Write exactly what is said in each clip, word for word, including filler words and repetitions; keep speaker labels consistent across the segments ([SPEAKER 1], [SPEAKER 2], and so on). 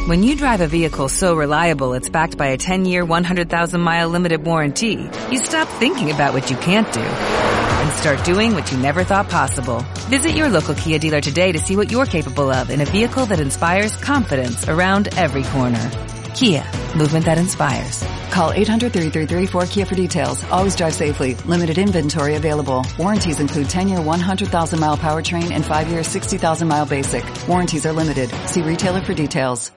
[SPEAKER 1] When you drive a vehicle so reliable it's backed by a ten-year, one hundred thousand mile limited warranty, you stop thinking about what you can't do and start doing what you never thought possible. Visit your local Kia dealer today to see what you're capable of in a vehicle that inspires confidence around every corner. Kia, movement that inspires.
[SPEAKER 2] Call eight hundred, three three three, four K I A for details. Always drive safely. Limited inventory available. Warranties include ten-year, one hundred thousand mile powertrain and five-year, sixty thousand mile basic. Warranties are limited. See retailer for details.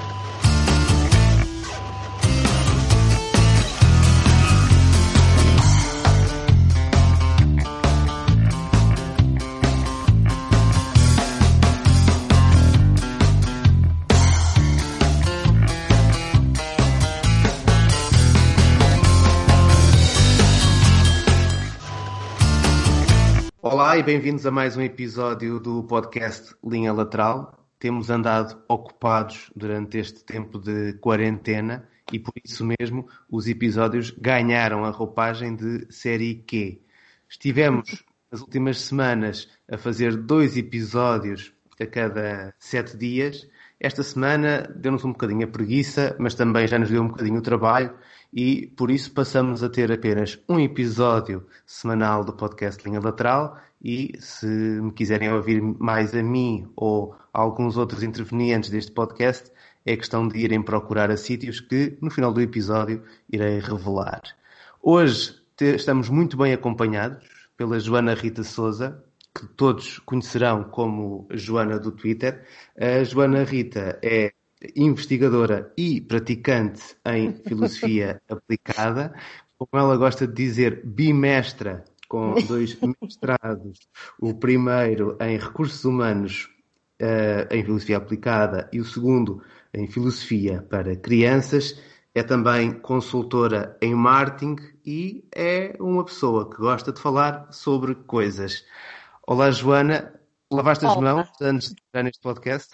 [SPEAKER 3] Olá e bem-vindos a mais um episódio do podcast Linha Lateral. Temos andado ocupados durante este tempo de quarentena e por isso mesmo os episódios ganharam a roupagem de série Q. Estivemos nas últimas semanas a fazer dois episódios a cada sete dias. Esta semana deu-nos um bocadinho a preguiça, mas também já nos deu um bocadinho o trabalho e por isso passamos a ter apenas um episódio semanal do podcast Linha Lateral e se me quiserem ouvir mais a mim ou a alguns outros intervenientes deste podcast, é questão de irem procurar a sítios que no final do episódio irei revelar. Hoje te- estamos muito bem acompanhados pela Joana Rita Sousa, que todos conhecerão como Joana do Twitter. A Joana Rita é investigadora e praticante em filosofia aplicada. Como ela gosta de dizer, bimestra, com dois mestrados. O primeiro em recursos humanos uh, em filosofia aplicada e o segundo em filosofia para crianças. É também consultora em marketing e é uma pessoa que gosta de falar sobre coisas. Olá, Joana. Lavaste as
[SPEAKER 4] Olá.
[SPEAKER 3] mãos antes de entrar neste podcast?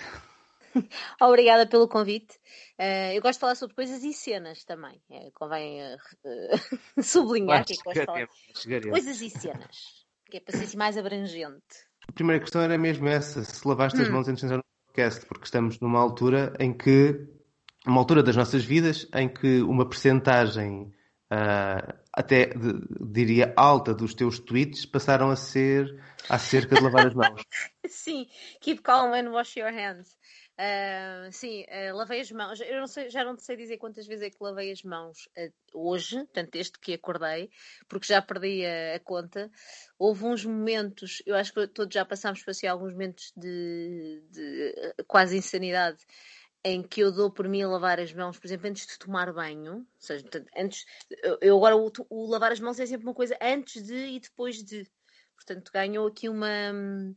[SPEAKER 4] Obrigada pelo convite. Uh, eu gosto de falar sobre coisas e cenas também. É, convém uh, uh, sublinhar que eu gosto de falar
[SPEAKER 3] chegaremos.
[SPEAKER 4] coisas e cenas, que é para ser assim mais abrangente.
[SPEAKER 3] A primeira questão era mesmo essa, se lavaste as
[SPEAKER 4] Hum.
[SPEAKER 3] mãos antes de entrar no podcast, porque estamos numa altura em que, uma altura das nossas vidas, em que uma percentagem uh, até, de, diria, alta dos teus tweets passaram a ser acerca de lavar as mãos.
[SPEAKER 4] Sim, keep calm and wash your hands. Uh, sim, uh, lavei as mãos. Eu não sei, já não sei dizer quantas vezes é que lavei as mãos uh, hoje, portanto, desde que acordei, porque já perdi a, a conta. Houve uns momentos, eu acho que todos já passámos por assim, alguns momentos de, de uh, quase insanidade, em que eu dou por mim a lavar as mãos, por exemplo, antes de tomar banho. Ou seja, portanto, antes, eu, eu agora o, o lavar as mãos é sempre uma coisa antes de e depois de. Portanto, ganhou aqui uma.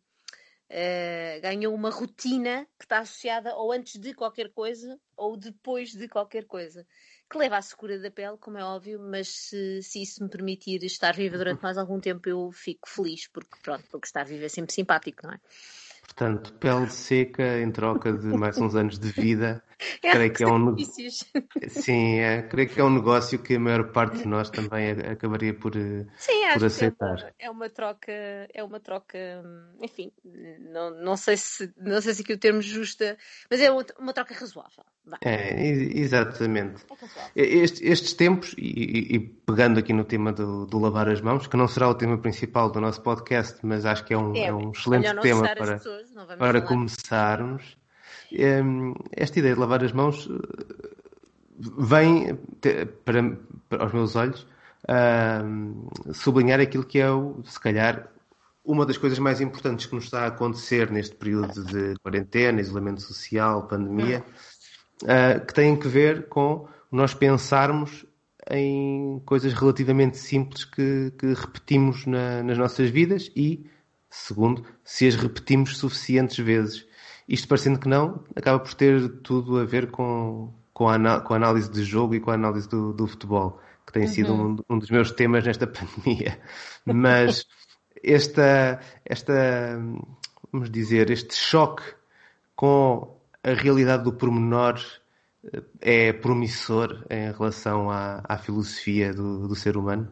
[SPEAKER 4] Uh, ganhou uma rotina que está associada ou antes de qualquer coisa ou depois de qualquer coisa, que leva à secura da pele, como é óbvio, mas se, se isso me permitir estar viva durante mais algum tempo, eu fico feliz, porque pronto, porque estar viva é sempre simpático, não é?
[SPEAKER 3] Portanto, pele seca em troca de mais uns anos de vida.
[SPEAKER 4] É,
[SPEAKER 3] creio que é um
[SPEAKER 4] sacrifícios.
[SPEAKER 3] Sim, é, creio que é um negócio que a maior parte de nós também a- acabaria por, eh,
[SPEAKER 4] Sim,
[SPEAKER 3] por
[SPEAKER 4] acho
[SPEAKER 3] aceitar.
[SPEAKER 4] que é uma, é uma troca, é uma troca, enfim, não, não sei se não sei se aqui o termo justa, mas é outra- uma troca razoável. Vá,
[SPEAKER 3] É, e- exatamente.
[SPEAKER 4] é razoável.
[SPEAKER 3] Este- estes tempos, e, e- e pegando aqui no tema do, do lavar as mãos, que não será o tema principal do nosso podcast, mas acho que é um,
[SPEAKER 4] É,
[SPEAKER 3] é um
[SPEAKER 4] é
[SPEAKER 3] excelente
[SPEAKER 4] melhor não
[SPEAKER 3] tema
[SPEAKER 4] assustar as
[SPEAKER 3] para,
[SPEAKER 4] pessoas, não vamos
[SPEAKER 3] para
[SPEAKER 4] falar.
[SPEAKER 3] começarmos. Hum, Esta ideia de lavar as mãos eh, vem, te- para, para aos meus olhos, hum, sublinhar aquilo que é, o, se calhar, uma das coisas mais importantes que nos está a acontecer neste período de quarentena, isolamento social, pandemia, uh, que tem que ver com nós pensarmos em coisas relativamente simples que, que repetimos na- nas nossas vidas e, segundo, se as repetimos suficientes vezes. Isto parecendo que não, acaba por ter tudo a ver com, com, a, ana- com a análise de jogo e com a análise do, do futebol, que tem sido um, um dos meus temas nesta pandemia. Mas esta, esta, vamos dizer, este choque com a realidade do pormenor eh, é promissor em relação à, à filosofia do, do ser humano?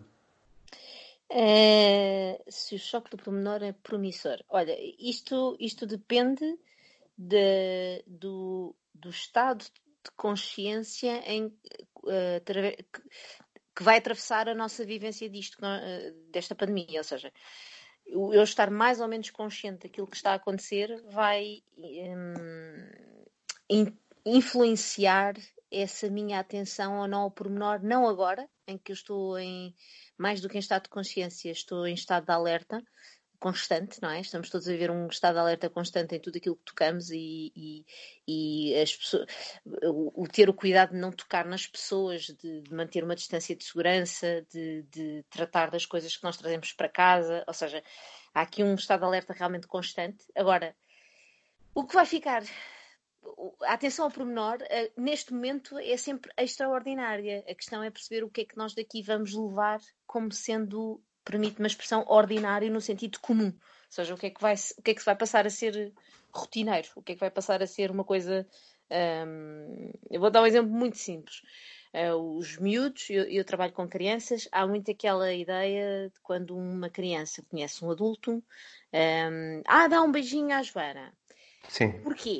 [SPEAKER 4] Eh, se o choque do pormenor é promissor. Olha, isto, isto depende de, do, do estado de consciência em, uh, que, que vai atravessar a nossa vivência disto, uh, desta pandemia. Ou seja, eu estar mais ou menos consciente daquilo que está a acontecer vai um, in, influenciar essa minha atenção ou não ao pormenor, não agora, em que eu estou em, mais do que em estado de consciência, estou em estado de alerta constante, não é? Estamos todos a viver um estado de alerta constante em tudo aquilo que tocamos e, e, e as pessoas, o, o ter o cuidado de não tocar nas pessoas, de, de manter uma distância de segurança, de, de tratar das coisas que nós trazemos para casa, ou seja, há aqui um estado de alerta realmente constante. Agora, o que vai ficar... A atenção ao pormenor, neste momento, é sempre extraordinária. A questão é perceber o que é que nós daqui vamos levar como sendo, permite-me a expressão, ordinário no sentido comum. Ou seja, o que é que vai, o que é que vai passar a ser rotineiro, o que é que vai passar a ser uma coisa... Hum, eu vou dar um exemplo muito simples. Uh, os miúdos, eu, eu trabalho com crianças, há muito aquela ideia de quando uma criança conhece um adulto, um, ah, dá um beijinho à Joana.
[SPEAKER 3] Sim.
[SPEAKER 4] Porquê?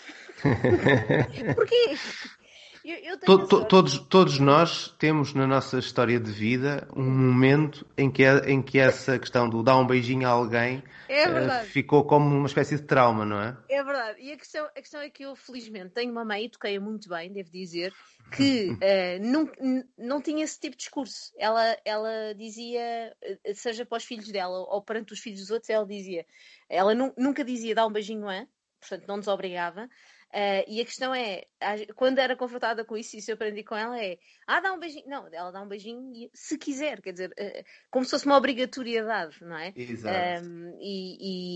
[SPEAKER 4] Porquê? Eu, eu
[SPEAKER 3] to, to, todos, todos nós temos na nossa história de vida um momento em que, em que essa questão do dar um beijinho a alguém
[SPEAKER 4] é
[SPEAKER 3] uh, ficou como uma espécie de trauma, não é?
[SPEAKER 4] É verdade. E a questão, a questão é que eu, felizmente, tenho uma mãe, e toquei-a muito bem, devo dizer, que uh, não, não tinha esse tipo de discurso. Ela, ela dizia, seja para os filhos dela ou perante os filhos dos outros, ela dizia, ela nu, nunca dizia dar um beijinho a, portanto não nos obrigava. Uh, e a questão é, quando era confrontada com isso, isso eu aprendi com ela, é ah, dá um beijinho. Não, ela dá um beijinho se quiser, quer dizer, uh, como se fosse uma obrigatoriedade, não é?
[SPEAKER 3] Exato.
[SPEAKER 4] Um, e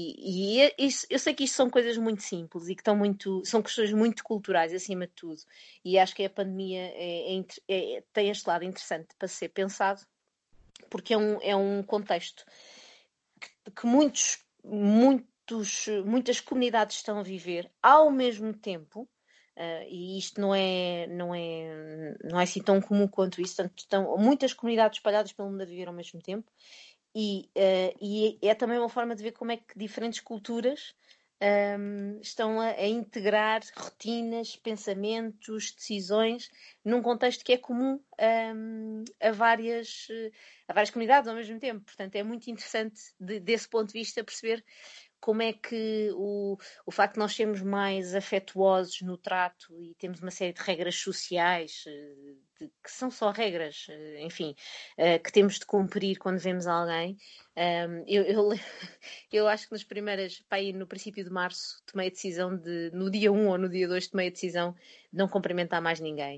[SPEAKER 4] e, e isso, eu sei que isto são coisas muito simples e que estão muito, são questões muito culturais, acima de tudo. E acho que a pandemia é, é, é, tem este lado interessante para ser pensado, porque é um, é um contexto que, que muitos, muitos muitas comunidades estão a viver ao mesmo tempo, uh, e isto não é, não, é, não é assim tão comum quanto isso, portanto, estão muitas comunidades espalhadas pelo mundo a viver ao mesmo tempo, e, uh, e é também uma forma de ver como é que diferentes culturas um, estão a, a integrar rotinas, pensamentos, decisões, num contexto que é comum um, a, várias, a várias comunidades ao mesmo tempo. Portanto, é muito interessante de, desse ponto de vista perceber como é que o, o facto de nós sermos mais afetuosos no trato e temos uma série de regras sociais, de, que são só regras, enfim, que temos de cumprir quando vemos alguém. Eu, eu, eu acho que nas primeiras, pá, aí no princípio de março, tomei a decisão de, no dia um ou no dia dois, tomei a decisão de não cumprimentar mais ninguém.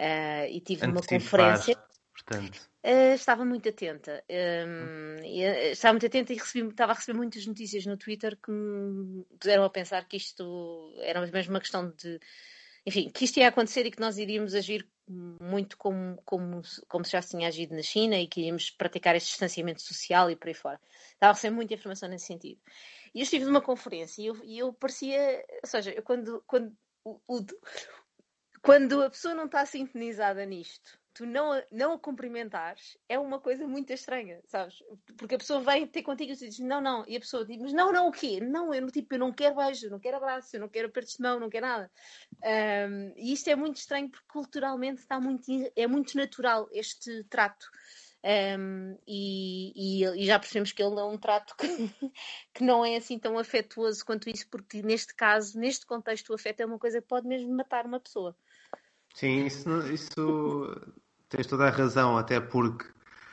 [SPEAKER 4] E tive uma conferência.
[SPEAKER 3] Portanto.
[SPEAKER 4] Uh, estava muito atenta. Um, uh, estava muito atenta e recebi, estava a receber muitas notícias no Twitter que me puseram a pensar que isto era mesmo uma questão de... Enfim, que isto ia acontecer e que nós iríamos agir muito como, como, como se já se tinha agido na China e que iríamos praticar este distanciamento social e por aí fora. Estava a receber muita informação nesse sentido. E eu estive numa conferência e eu, e eu parecia... Ou seja, eu quando, quando, o, o, quando a pessoa não está sintonizada nisto, tu não, não a cumprimentares é uma coisa muito estranha, sabes? Porque a pessoa vem ter contigo e tu dizes não, não, e a pessoa diz, mas não, não, o quê? Não, eu, tipo, eu não quero beijo, eu não quero abraço, eu não quero apertos de mão, não quero nada. Um, e isto é muito estranho porque culturalmente está muito, é muito natural este trato. Um, e, e, e já percebemos que ele é um trato que, que não é assim tão afetuoso quanto isso, porque neste caso, neste contexto, o afeto é uma coisa que pode mesmo matar uma pessoa.
[SPEAKER 3] Sim, isso, isso tens toda a razão, até porque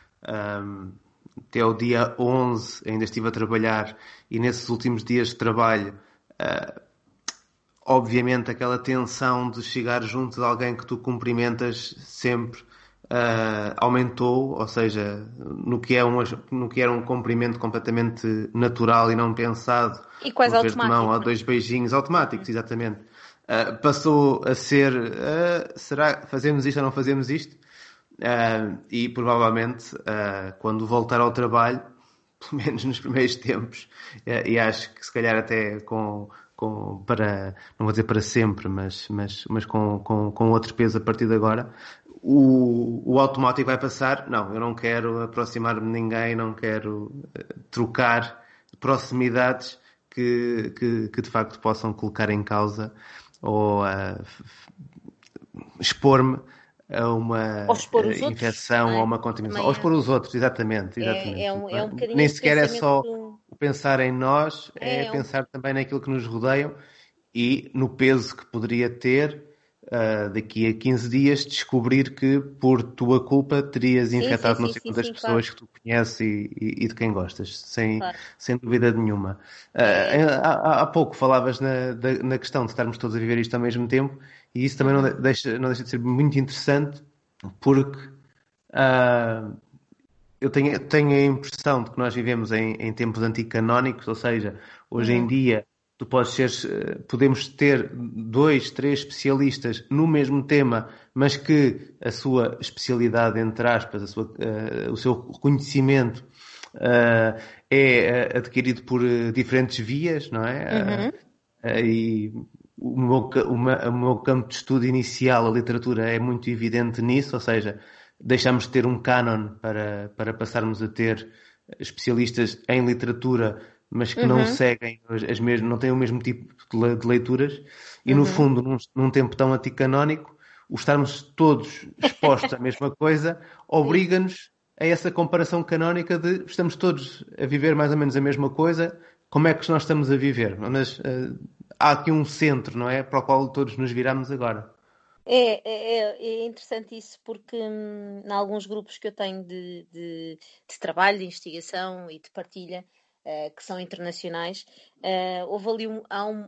[SPEAKER 3] um, até o dia onze ainda estive a trabalhar e nesses últimos dias de trabalho, uh, obviamente aquela tensão de chegar junto de alguém que tu cumprimentas sempre uh, aumentou, ou seja, no que, é um, no que era um cumprimento completamente natural e não pensado,
[SPEAKER 4] e quase automático,
[SPEAKER 3] mão ou dois beijinhos automáticos, exatamente. Uh, passou a ser uh, será fazemos isto ou não fazemos isto? Uh, e provavelmente uh, quando voltar ao trabalho, pelo menos nos primeiros tempos, uh, e acho que se calhar até com, com para, não vou dizer para sempre, mas, mas, mas com, com, com outro peso a partir de agora, o, o automático vai passar, não, eu não quero aproximar-me de ninguém, não quero uh, trocar proximidades que, que, que de facto possam colocar em causa ou a expor-me a uma
[SPEAKER 4] Ou expor os
[SPEAKER 3] infecção
[SPEAKER 4] outros,
[SPEAKER 3] ou
[SPEAKER 4] é?
[SPEAKER 3] a uma contaminação.
[SPEAKER 4] Também
[SPEAKER 3] Ou
[SPEAKER 4] é,
[SPEAKER 3] expor os outros, exatamente. exatamente.
[SPEAKER 4] é, é, um, é um bocadinho
[SPEAKER 3] Nem
[SPEAKER 4] esse
[SPEAKER 3] sequer é
[SPEAKER 4] pensamento.
[SPEAKER 3] só o pensar em nós, é
[SPEAKER 4] É, é um,
[SPEAKER 3] pensar também naquilo que nos rodeiam e no peso que poderia ter uh, daqui a quinze dias descobrir que por tua culpa terias
[SPEAKER 4] sim, sim,
[SPEAKER 3] infectado não
[SPEAKER 4] sim,
[SPEAKER 3] sei
[SPEAKER 4] sim,
[SPEAKER 3] quantas
[SPEAKER 4] sim, claro,
[SPEAKER 3] pessoas que tu conheces e, e, e de quem gostas, sem,
[SPEAKER 4] claro.
[SPEAKER 3] sem dúvida nenhuma.
[SPEAKER 4] É,
[SPEAKER 3] Uh, há, há pouco falavas na, da, na questão de estarmos todos a viver isto ao mesmo tempo e isso também não
[SPEAKER 4] uhum,
[SPEAKER 3] deixa, não deixa de ser muito interessante porque uh, eu tenho, tenho a impressão de que nós vivemos em, em tempos anticanónicos, ou seja, hoje em
[SPEAKER 4] uhum,
[SPEAKER 3] dia tu podes ser, eh, podemos ter dois, três especialistas no mesmo tema, mas que a sua especialidade, entre aspas, a sua, eh, o seu conhecimento eh, é eh, adquirido por eh, diferentes vias, não é?
[SPEAKER 4] uhum,
[SPEAKER 3] Eh, e o meu, ca- o ma- o meu campo de estudo inicial, a literatura, é muito evidente nisso, ou seja, deixamos de ter um canon para, para passarmos a ter especialistas em literatura, mas que não
[SPEAKER 4] uhum,
[SPEAKER 3] seguem as, as mesmas, não têm o mesmo tipo de le- de leituras, e no
[SPEAKER 4] uhum.
[SPEAKER 3] fundo, num, num tempo tão anticanónico, o estarmos todos expostos à mesma coisa
[SPEAKER 4] Sim.
[SPEAKER 3] obriga-nos a essa comparação canónica de estamos todos a viver mais ou menos a mesma coisa, como é que nós estamos a viver? Mas uh, há aqui um centro, não é? Para o qual todos nos viramos agora.
[SPEAKER 4] É, é, é é interessante isso porque hum, em alguns grupos que eu tenho de, de, de trabalho, de investigação e de partilha, eh, que são internacionais, eh, houve ali um, há um,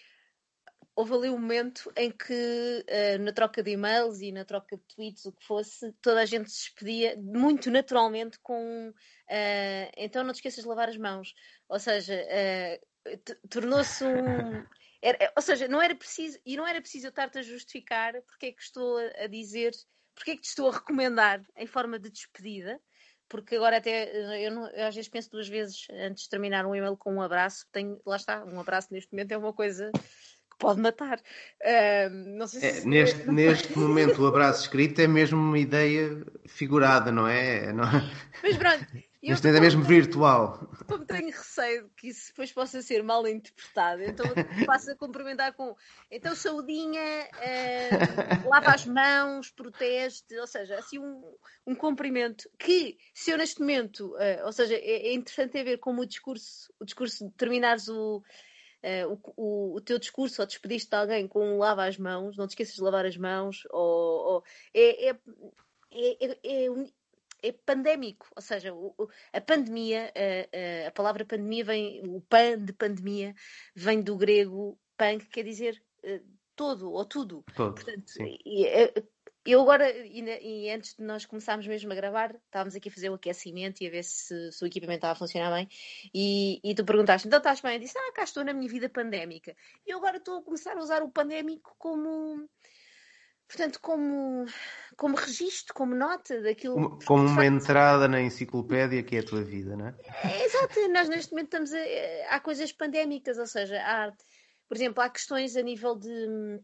[SPEAKER 4] houve ali um momento em que, eh, na troca de e-mails e na troca de tweets, o que fosse, toda a gente se despedia muito naturalmente com eh, então não te esqueças de lavar as mãos. Ou seja, eh, t- tornou-se um. Era- ou seja, não era preciso, e não era preciso eu estar-te a justificar porque é que estou a, a dizer, porque é que te estou a recomendar em forma de despedida. Porque agora até eu, não- eu às vezes penso duas vezes antes de terminar um e-mail com um abraço. Tenho, lá está, um abraço neste momento é uma coisa que pode matar. Ahm, não sei
[SPEAKER 3] É,
[SPEAKER 4] se.
[SPEAKER 3] neste,
[SPEAKER 4] Não...
[SPEAKER 3] neste momento, o abraço escrito é mesmo uma ideia figurada, não é? Não é?
[SPEAKER 4] Mas pronto, eu
[SPEAKER 3] Neste momento é
[SPEAKER 4] como
[SPEAKER 3] mesmo
[SPEAKER 4] tenho,
[SPEAKER 3] virtual.
[SPEAKER 4] como tenho receio de que isso depois possa ser mal interpretado, então passo a cumprimentar com então saudinha, ahm, lava as mãos, protege-te, ou seja, assim um, um cumprimento que, se eu neste momento, ah, ou seja, é, é interessante é ver como o discurso, o discurso de terminares o, Uh, o, o, o teu discurso ou despediste de alguém com um lava as mãos, não te esqueças de lavar as mãos, ou, ou é, é, é, é, é pandémico, ou seja, o, a pandemia, a, a, a palavra pandemia vem, o pan de pandemia vem do grego pan, que quer dizer uh, todo ou tudo.
[SPEAKER 3] Todo,
[SPEAKER 4] Portanto,
[SPEAKER 3] sim.
[SPEAKER 4] e, e, eu agora, e, e, antes de nós começarmos mesmo a gravar, estávamos aqui a fazer o aquecimento e a ver se, se o equipamento estava a funcionar bem. E, e tu perguntaste, então estás bem? Eu disse, ah, cá estou na minha vida pandémica. E eu agora estou a começar a usar o pandémico como, portanto, como, como registro, como nota daquilo,
[SPEAKER 3] Como,
[SPEAKER 4] porque
[SPEAKER 3] como
[SPEAKER 4] de
[SPEAKER 3] uma
[SPEAKER 4] facto,
[SPEAKER 3] entrada na enciclopédia que é a tua vida, não é?
[SPEAKER 4] é exato, nós neste momento estamos a, há coisas pandémicas, ou seja, há, por exemplo, há questões a nível de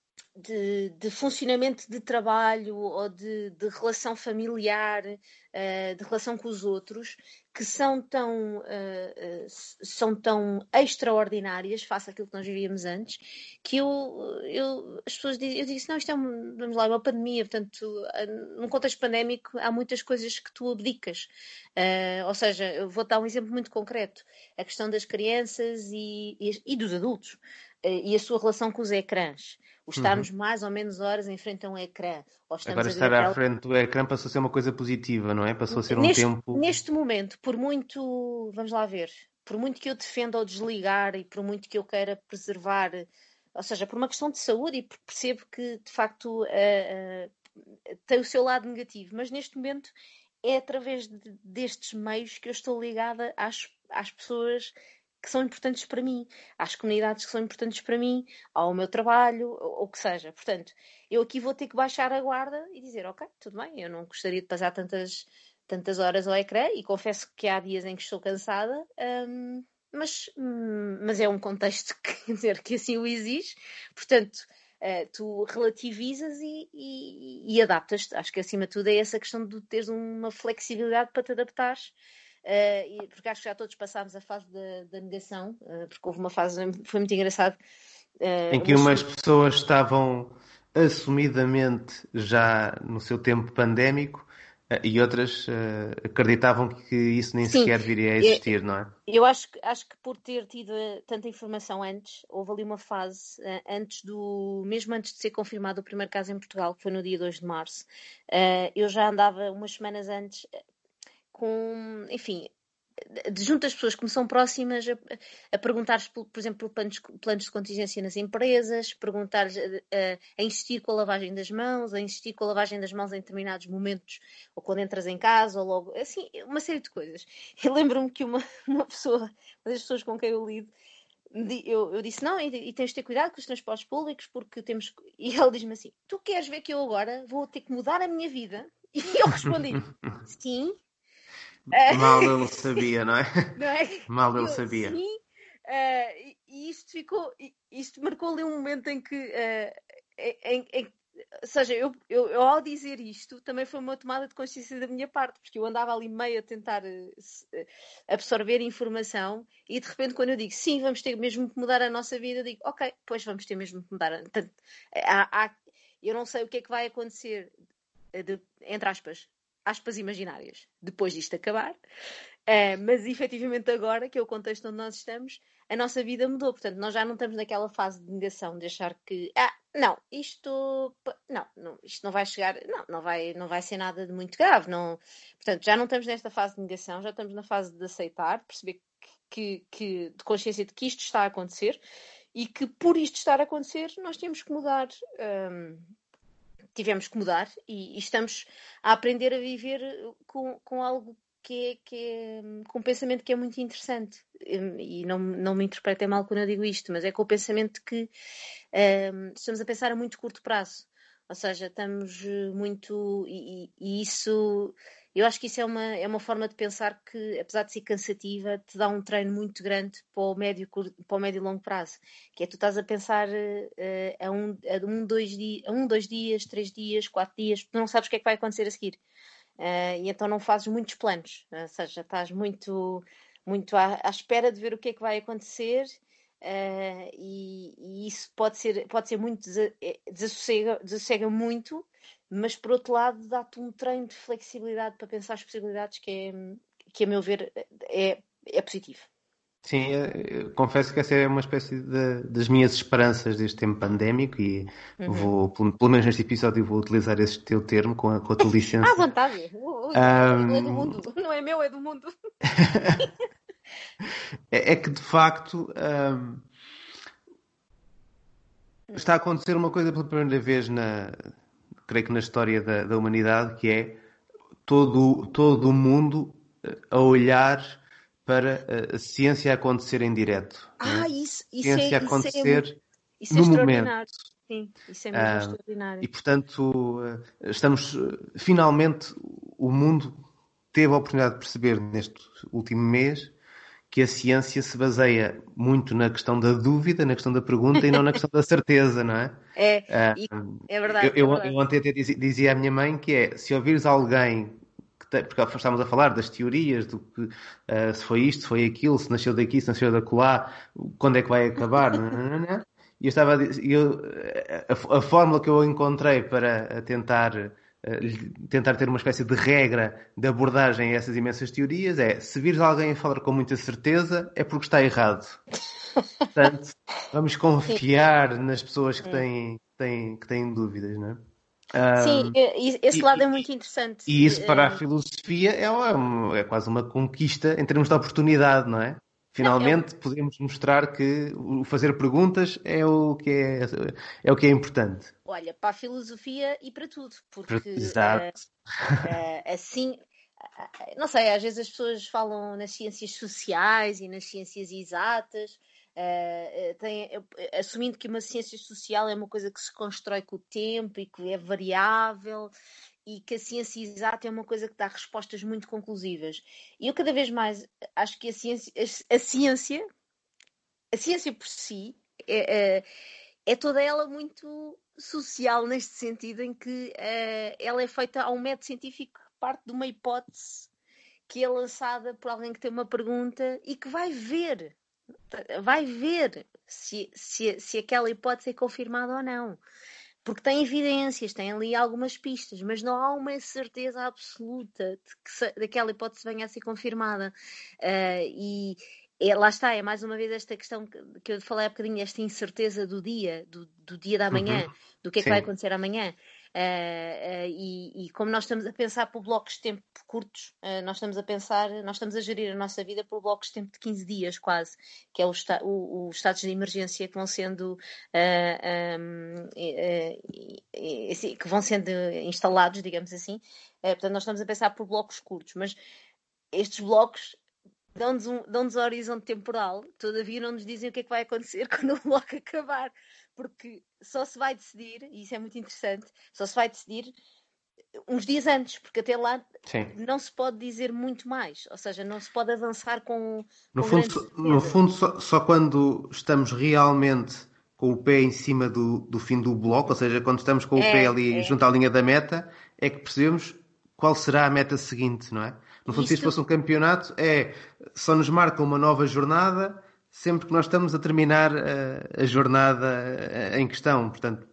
[SPEAKER 4] de, de funcionamento de trabalho ou de, de relação familiar, uh, de relação com os outros, que são tão, uh, uh, são tão extraordinárias face àquilo que nós vivíamos antes, que eu, eu as pessoas dizem, eu disse, não, isto é uma, vamos lá, uma pandemia, portanto, num contexto pandémico há muitas coisas que tu abdicas. Uh, ou seja, eu vou dar um exemplo muito concreto, a questão das crianças e, e, e dos adultos, uh, e a sua relação com os ecrãs. O estarmos
[SPEAKER 3] Uhum.
[SPEAKER 4] mais ou menos horas em frente a um ecrã, ou estamos
[SPEAKER 3] Agora
[SPEAKER 4] a ver
[SPEAKER 3] estar
[SPEAKER 4] a
[SPEAKER 3] à
[SPEAKER 4] tela.
[SPEAKER 3] frente do ecrã passou a ser uma coisa positiva, não é? Passou a ser um
[SPEAKER 4] Neste,
[SPEAKER 3] tempo.
[SPEAKER 4] neste momento, por muito, vamos lá ver, por muito que eu defenda o desligar e por muito que eu queira preservar, ou seja, por uma questão de saúde, e percebo que de facto uh, uh, tem o seu lado negativo, mas neste momento é através de, destes meios que eu estou ligada às, às pessoas que são importantes para mim, às comunidades que são importantes para mim, ao meu trabalho, ou o que seja. Portanto, eu aqui vou ter que baixar a guarda e dizer, ok, tudo bem, eu não gostaria de passar tantas, tantas horas ao ecrã e confesso que há dias em que estou cansada, hum, mas, hum, mas é um contexto que, quer dizer, que assim o exige. Portanto, uh, tu relativizas e, e, e adaptas-te. Acho que acima de tudo é essa questão de teres uma flexibilidade para te adaptares. Uh, porque acho que já todos passámos a fase da, da negação, uh, porque houve uma fase, foi muito engraçado,
[SPEAKER 3] Em que umas pessoas estavam assumidamente já no seu tempo pandémico e outras uh, acreditavam que isso nem Sim, sequer viria a existir,
[SPEAKER 4] eu,
[SPEAKER 3] não é?
[SPEAKER 4] Eu acho, acho que por ter tido tanta informação antes, houve ali uma fase, uh, antes do, mesmo antes de ser confirmado o primeiro caso em Portugal, que foi no dia dois de março, uh, eu já andava umas semanas antes com, enfim, de junto às pessoas que me são próximas a, a perguntar-lhes, por, por exemplo, planos, planos de contingência nas empresas, perguntar-lhes a, a, a insistir com a lavagem das mãos, a insistir com a lavagem das mãos em determinados momentos, ou quando entras em casa, ou logo, assim, uma série de coisas. Eu lembro-me que uma, uma pessoa, uma das pessoas com quem eu lido, eu, eu disse, não, e, e tens de ter cuidado com os transportes públicos, porque temos... E ele diz-me assim, tu queres ver que eu agora vou ter que mudar a minha vida? E eu respondi, sim.
[SPEAKER 3] Mal ele sabia, não é?
[SPEAKER 4] Não é?
[SPEAKER 3] Mal ele
[SPEAKER 4] eu,
[SPEAKER 3] sabia.
[SPEAKER 4] Sim, uh, e isto ficou, isto marcou ali um momento em que, uh, em, em, ou seja, eu, eu, eu ao dizer isto também foi uma tomada de consciência da minha parte, porque eu andava ali meio a tentar uh, absorver informação e de repente quando eu digo sim, vamos ter mesmo que mudar a nossa vida, eu digo ok, pois vamos ter mesmo que mudar. Portanto, há, há, eu não sei o que é que vai acontecer, de, entre aspas, aspas imaginárias, depois disto acabar. Uh, mas efetivamente agora, que é o contexto onde nós estamos, a nossa vida mudou. Portanto, nós já não estamos naquela fase de negação, de achar que ah, não, isto não, não, isto não vai chegar, não, não vai, não vai ser nada de muito grave. Não. Portanto, já não estamos nesta fase de negação, já estamos na fase de aceitar, perceber que, que, de consciência de que isto está a acontecer e que por isto estar a acontecer nós temos que mudar. Um, tivemos que mudar e, e estamos a aprender a viver com, com algo que é, que é com um pensamento que é muito interessante e não, não me interpretem mal quando eu digo isto, mas é com o pensamento que um, estamos a pensar a muito curto prazo, ou seja, estamos muito e, e isso, eu acho que isso é uma, é uma forma de pensar que, apesar de ser cansativa, te dá um treino muito grande para o médio, para o médio e longo prazo, que é tu estás a pensar uh, a, um, a, um, dois dias, a um, dois dias, três dias, quatro dias, tu não sabes o que é que vai acontecer a seguir. Uh, e então não fazes muitos planos, ou seja, estás muito, muito à, à espera de ver o que é que vai acontecer uh, e, e isso pode ser, pode ser muito desassossega, desassossega muito, mas por outro lado dá-te um treino de flexibilidade para pensar as possibilidades que, é, que a meu ver é, é positivo.
[SPEAKER 3] Sim, eu confesso que essa é uma espécie de, das minhas esperanças deste tempo pandémico e uhum. vou, pelo, pelo menos neste episódio, vou utilizar esse teu termo com a, com a tua licença.
[SPEAKER 4] À vontade, um... é do mundo, não é meu, é do mundo.
[SPEAKER 3] é, é que de facto um... está a acontecer uma coisa pela primeira vez na, creio que na história da, da humanidade, que é todo, todo o mundo a olhar para a ciência a acontecer em direto.
[SPEAKER 4] Ah,
[SPEAKER 3] né?
[SPEAKER 4] isso, isso
[SPEAKER 3] ciência
[SPEAKER 4] é,
[SPEAKER 3] a acontecer
[SPEAKER 4] isso é, muito, isso é
[SPEAKER 3] no
[SPEAKER 4] extraordinário.
[SPEAKER 3] momento.
[SPEAKER 4] Sim, isso é mesmo
[SPEAKER 3] uh,
[SPEAKER 4] extraordinário.
[SPEAKER 3] E, portanto, uh, estamos... Uh, finalmente, o mundo teve a oportunidade de perceber neste último mês que a ciência se baseia muito na questão da dúvida, na questão da pergunta e não na questão da certeza, não é?
[SPEAKER 4] É,
[SPEAKER 3] uh,
[SPEAKER 4] é verdade.
[SPEAKER 3] Eu, eu,
[SPEAKER 4] é verdade.
[SPEAKER 3] eu ontem até dizia, dizia à minha mãe que é, se ouvires alguém... porque estávamos a falar das teorias, do que, uh, se foi isto, se foi aquilo, se nasceu daqui, se nasceu da acolá, quando é que vai acabar, não, não, não. E eu estava a dizer, eu, a, a fórmula que eu encontrei para tentar, uh, tentar ter uma espécie de regra de abordagem a essas imensas teorias é, se vires alguém a falar com muita certeza, é porque está errado. Portanto, vamos confiar nas pessoas que têm, têm, que têm dúvidas, não é?
[SPEAKER 4] Sim, esse
[SPEAKER 3] e,
[SPEAKER 4] lado é muito interessante.
[SPEAKER 3] E isso para a filosofia é, é, é quase uma conquista em termos de oportunidade, não é? Finalmente não, é... podemos mostrar que o fazer perguntas é o que é, é o que é importante.
[SPEAKER 4] Olha, para a filosofia e para tudo, porque
[SPEAKER 3] Exato.
[SPEAKER 4] Uh, uh, assim, uh, não sei, às vezes as pessoas falam nas ciências sociais e nas ciências exatas. Uh, tem, assumindo que uma ciência social é uma coisa que se constrói com o tempo e que é variável e que a ciência exata é uma coisa que dá respostas muito conclusivas. E eu cada vez mais acho que a ciência, a, a ciência, a ciência por si é, é, é toda ela muito social neste sentido em que uh, ela é feita a um método científico que parte de uma hipótese que é lançada por alguém que tem uma pergunta e que vai ver. vai ver se, se, se aquela hipótese é confirmada ou não. Porque tem evidências, tem ali algumas pistas, mas não há uma certeza absoluta de que se, daquela hipótese venha a ser confirmada. Uh, e é, lá está, é mais uma vez esta questão que, que eu falei há bocadinho, esta incerteza do dia, do, do dia da manhã,
[SPEAKER 3] Uhum.
[SPEAKER 4] do que é que
[SPEAKER 3] Sim.
[SPEAKER 4] vai acontecer amanhã. Uh, uh, e, e como nós estamos a pensar por blocos de tempo curtos, uh, nós estamos a pensar, nós estamos a gerir a nossa vida por blocos de tempo de quinze dias quase, que é o, o, os estados de emergência que vão sendo uh, um, uh, uh, que vão sendo instalados, digamos assim. Uh, portanto, nós estamos a pensar por blocos curtos, mas estes blocos dão-nos um, dão-nos um horizonte temporal, todavia não nos dizem o que é que vai acontecer quando o bloco acabar, porque só se vai decidir, e isso é muito interessante, só se vai decidir uns dias antes, porque até lá
[SPEAKER 3] Sim.
[SPEAKER 4] não se pode dizer muito mais, ou seja, não se pode avançar com,
[SPEAKER 3] no
[SPEAKER 4] com
[SPEAKER 3] fundo,
[SPEAKER 4] grandes
[SPEAKER 3] no fundo só, só quando estamos realmente com o pé em cima do, do fim do bloco, ou seja, quando estamos com o
[SPEAKER 4] é,
[SPEAKER 3] pé ali
[SPEAKER 4] é.
[SPEAKER 3] junto à linha da meta, é que percebemos qual será a meta seguinte, não é? No fundo,
[SPEAKER 4] Isto...
[SPEAKER 3] se isto fosse um campeonato, é só nos marca uma nova jornada sempre que nós estamos a terminar a, a jornada em questão. Portanto,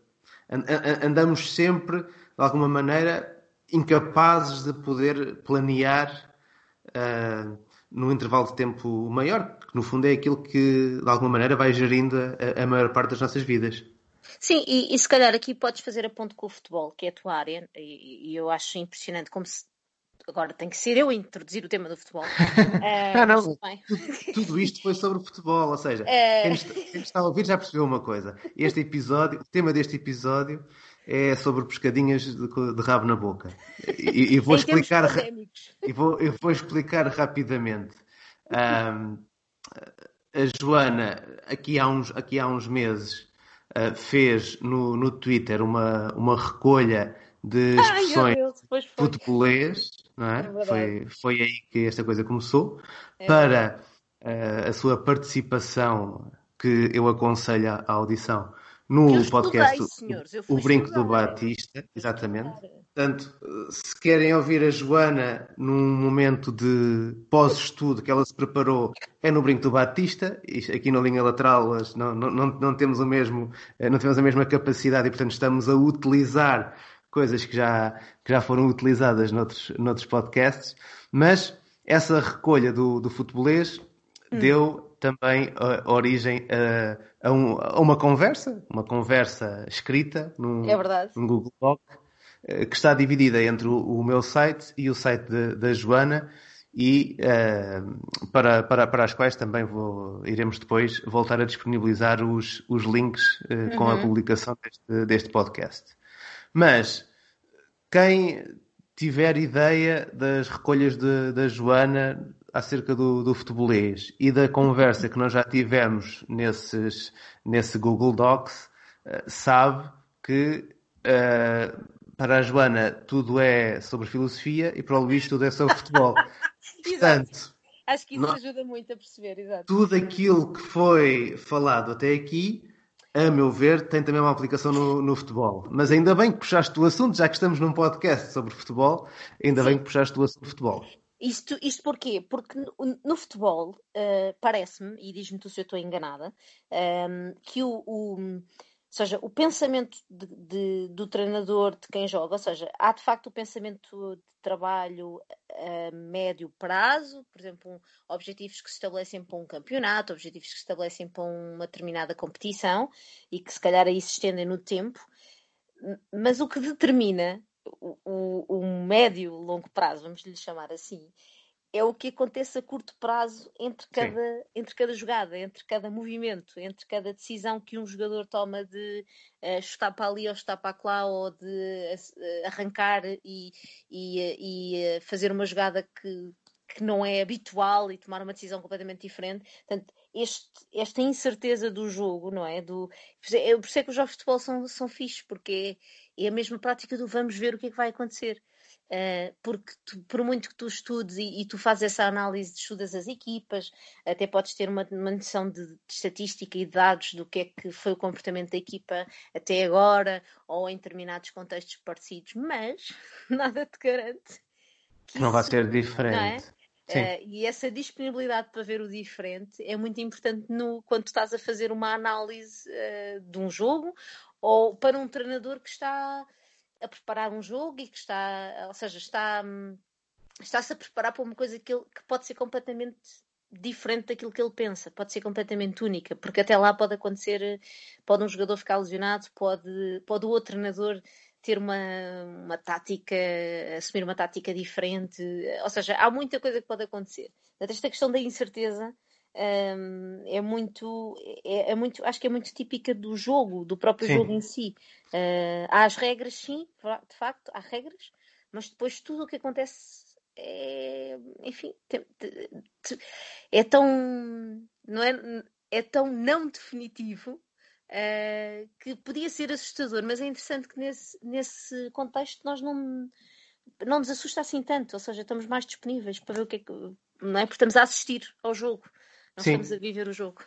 [SPEAKER 3] andamos sempre, de alguma maneira, incapazes de poder planear uh, num intervalo de tempo maior, que no fundo é aquilo que, de alguma maneira, vai gerindo a, a maior parte das nossas vidas.
[SPEAKER 4] Sim, e, e se calhar aqui podes fazer a ponto com o futebol, que é a tua área, e, e eu acho impressionante como se... Agora tem que ser eu a introduzir o tema do futebol. Uh,
[SPEAKER 3] ah, não, tudo, tudo isto foi sobre futebol, ou seja, uh... quem, está, quem está a ouvir já percebeu uma coisa. Este episódio, o tema deste episódio é sobre pescadinhas de, de rabo na boca. E, e vou explicar e vou, eu vou explicar rapidamente. Um, a Joana, aqui há uns, aqui há uns meses, uh, fez no, no Twitter uma, uma recolha de expressões
[SPEAKER 4] Ai,
[SPEAKER 3] futebolês, não é? É foi, foi aí que esta coisa começou,
[SPEAKER 4] é
[SPEAKER 3] para uh, a sua participação, que eu aconselho à audição, no
[SPEAKER 4] eu
[SPEAKER 3] podcast
[SPEAKER 4] estudei, senhores. Eu
[SPEAKER 3] O Brinco
[SPEAKER 4] estudar.
[SPEAKER 3] do Batista, exatamente. Portanto, se querem ouvir a Joana num momento de pós-estudo que ela se preparou, é no Brinco do Batista. Aqui na linha lateral não, não, não, não temos o mesmo, não temos a mesma capacidade e, portanto, estamos a utilizar coisas que já, que já foram utilizadas noutros, noutros podcasts. Mas essa recolha do, do futebolês hum. deu também uh, origem a, a, um, a uma conversa, uma conversa escrita num,
[SPEAKER 4] é verdade.
[SPEAKER 3] num Google Doc, uh, que está dividida entre o, o meu site e o site de, da Joana, e uh, para, para, para as quais também vou, iremos depois voltar a disponibilizar os, os links uh, uhum. com a publicação deste, deste podcast. Mas quem tiver ideia das recolhas de, da Joana acerca do, do futebolês e da conversa que nós já tivemos nesses, nesse Google Docs, uh, sabe que uh, para a Joana tudo é sobre filosofia e para o Luís tudo é sobre futebol. Portanto,
[SPEAKER 4] acho que isso nós, ajuda muito a perceber, exato.
[SPEAKER 3] Tudo aquilo que foi falado até aqui, a meu ver, tem também uma aplicação no, no futebol. Mas ainda bem que puxaste o assunto, já que estamos num podcast sobre futebol, ainda Sim. bem que puxaste o assunto de futebol.
[SPEAKER 4] Isto, isto porquê? Porque no, no futebol, uh, parece-me, e diz-me tu se eu estou enganada, um, que o, o, ou seja, o pensamento de, de, do treinador, de quem joga, ou seja, há de facto o pensamento de trabalho a médio prazo, por exemplo, um, objetivos que se estabelecem para um campeonato, objetivos que se estabelecem para uma determinada competição e que se calhar aí se estendem no tempo, mas o que determina o, o, o médio longo prazo, vamos lhe chamar assim, é o que acontece a curto prazo entre cada, entre cada jogada, entre cada movimento, entre cada decisão que um jogador toma de uh, chutar para ali ou chutar para lá, ou de uh, arrancar e, e, e uh, fazer uma jogada que, que não é habitual e tomar uma decisão completamente diferente. Portanto, este, esta incerteza do jogo, não é? Do, eu percebo que os jogos de futebol são, são fixes, porque é, é a mesma prática do vamos ver o que é que vai acontecer. Uh, porque tu, por muito que tu estudes e, e tu fazes essa análise, estudas as equipas, até podes ter uma, uma noção de, de estatística e de dados do que é que foi o comportamento da equipa até agora, ou em determinados contextos parecidos, mas nada te garante que
[SPEAKER 3] não
[SPEAKER 4] isso,
[SPEAKER 3] vai ser diferente.
[SPEAKER 4] Não é? Uh, e essa disponibilidade para ver o diferente é muito importante no, quando tu estás a fazer uma análise uh, de um jogo, ou para um treinador que está a preparar um jogo e que está, ou seja, está, está-se a preparar para uma coisa que, ele, que pode ser completamente diferente daquilo que ele pensa, pode ser completamente única, porque até lá pode acontecer, pode um jogador ficar lesionado, pode, pode o outro treinador ter uma, uma tática, assumir uma tática diferente, ou seja, há muita coisa que pode acontecer. Portanto, esta questão da incerteza um, é muito, é, é muito, acho que é muito típica do jogo, do próprio sim. jogo em si. Uh, há as regras, sim, de facto, há regras, mas depois tudo o que acontece é, enfim, é tão, não é, é tão não definitivo. Uh, que podia ser assustador, mas é interessante que nesse, nesse contexto nós não, não nos assusta assim tanto, ou seja, estamos mais disponíveis para ver o que é que, não é? Porque estamos a assistir ao jogo, não Sim. estamos a viver o jogo.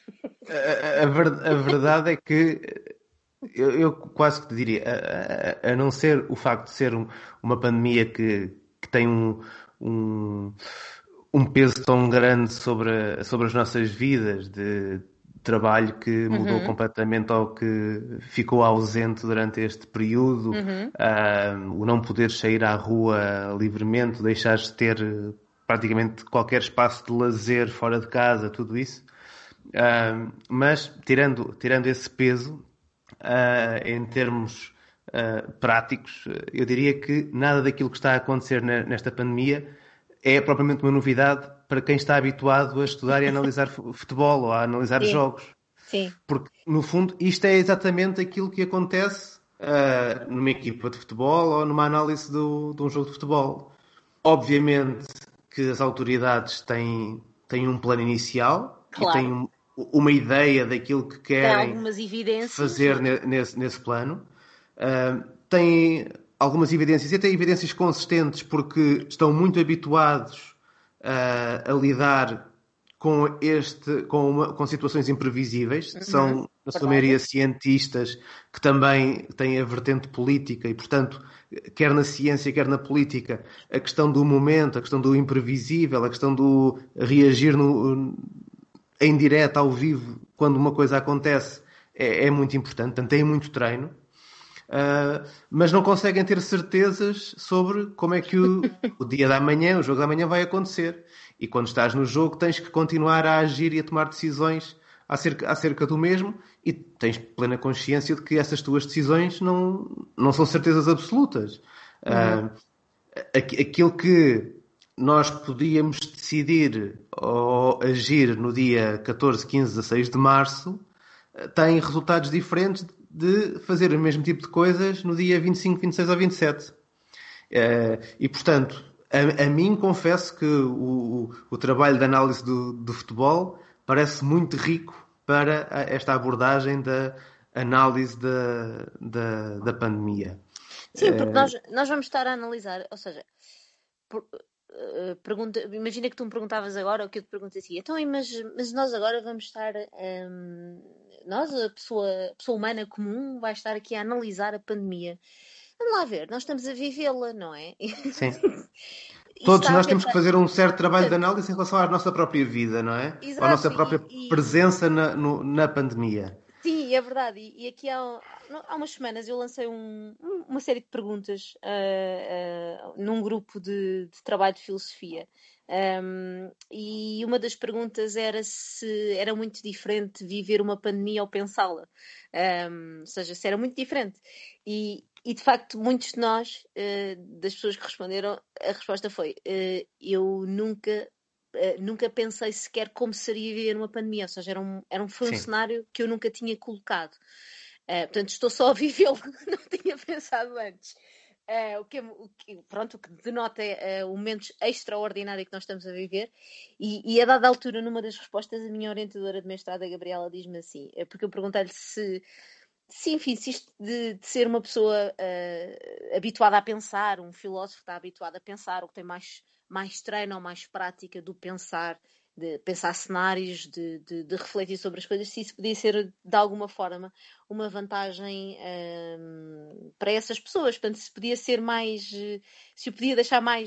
[SPEAKER 3] A, a, ver, a verdade é que eu, eu quase que te diria, a, a, a não ser o facto de ser um, uma pandemia que, que tem um, um, um peso tão grande sobre, a, sobre as nossas vidas, de trabalho que mudou uhum. completamente ao que ficou ausente durante este período, uhum. uh, o não poder sair à rua livremente, deixar de ter praticamente qualquer espaço de lazer fora de casa, tudo isso. Uh, mas, tirando, tirando esse peso, uh, em termos uh, práticos, eu diria que nada daquilo que está a acontecer nesta pandemia é propriamente uma novidade para quem está habituado a estudar e a analisar futebol ou a analisar Sim. jogos.
[SPEAKER 4] Sim.
[SPEAKER 3] Porque, no fundo, isto é exatamente aquilo que acontece uh, numa equipa de futebol ou numa análise do, de um jogo de futebol. Obviamente que as autoridades têm, têm um plano inicial claro. e têm um, uma ideia daquilo que querem fazer nesse, nesse plano. Uh, têm algumas evidências, e até evidências consistentes, porque estão muito habituados uh, a lidar com, este, com, uma, com situações imprevisíveis. Uhum, São, na sua maioria, cientistas que também têm a vertente política e, portanto, quer na ciência, quer na política, a questão do momento, a questão do imprevisível, a questão do reagir no, em direto, ao vivo, quando uma coisa acontece, é, é muito importante. Portanto, têm muito treino. Uh, mas não conseguem ter certezas sobre como é que o, o dia da manhã, o jogo da manhã vai acontecer. E quando estás no jogo tens que continuar a agir e a tomar decisões acerca, acerca do mesmo, e tens plena consciência de que essas tuas decisões não, não são certezas absolutas. Uhum. Uh, aquilo que nós podíamos decidir ou agir no dia catorze, quinze, dezasseis de março tem resultados diferentes de fazer o mesmo tipo de coisas no dia vinte e cinco, vinte e seis ou vinte e sete. Uh, e, portanto, a, a mim confesso que o, o, o trabalho de análise do, do futebol parece muito rico para a, esta abordagem da análise da, da, da pandemia.
[SPEAKER 4] Sim, porque uh, nós, nós vamos estar a analisar, ou seja, por, uh, pergunta, imagina que tu me perguntavas agora, o que eu te pergunto assim, então, mas, mas nós agora vamos estar... Um, nós, a pessoa, a pessoa humana comum, vai estar aqui a analisar a pandemia. Vamos lá ver, nós estamos a vivê-la, não é?
[SPEAKER 3] Sim. Todos nós temos que fazer um certo trabalho de análise em relação à nossa própria vida, não é? Exato, à nossa própria e, presença na, no, na pandemia.
[SPEAKER 4] Sim, é verdade. E, e aqui há, há umas semanas eu lancei um, uma série de perguntas uh, uh, num grupo de, de trabalho de filosofia. Um, e uma das perguntas era se era muito diferente viver uma pandemia ou pensá-la, um, ou seja, se era muito diferente e, e de facto muitos de nós uh, das pessoas que responderam, a resposta foi uh, eu nunca uh, nunca pensei sequer como seria viver uma pandemia, ou seja, era um, era um, foi um Sim. cenário que eu nunca tinha colocado, uh, portanto estou só a vivê-lo, não tinha pensado antes. Uh, o, que, o, que, pronto, o que denota é uh, o momento extraordinário que nós estamos a viver e, e a dada altura, numa das respostas, a minha orientadora de mestrado, a Gabriela, diz-me assim, é porque eu perguntei-lhe se, se enfim, se isto de, de ser uma pessoa uh, habituada a pensar, um filósofo que está habituado a pensar, ou que tem mais, mais treino ou mais prática do pensar, de pensar cenários, de, de, de refletir sobre as coisas, se isso podia ser, de alguma forma, uma vantagem um, para essas pessoas. Portanto, se podia ser mais... Se eu podia deixar mais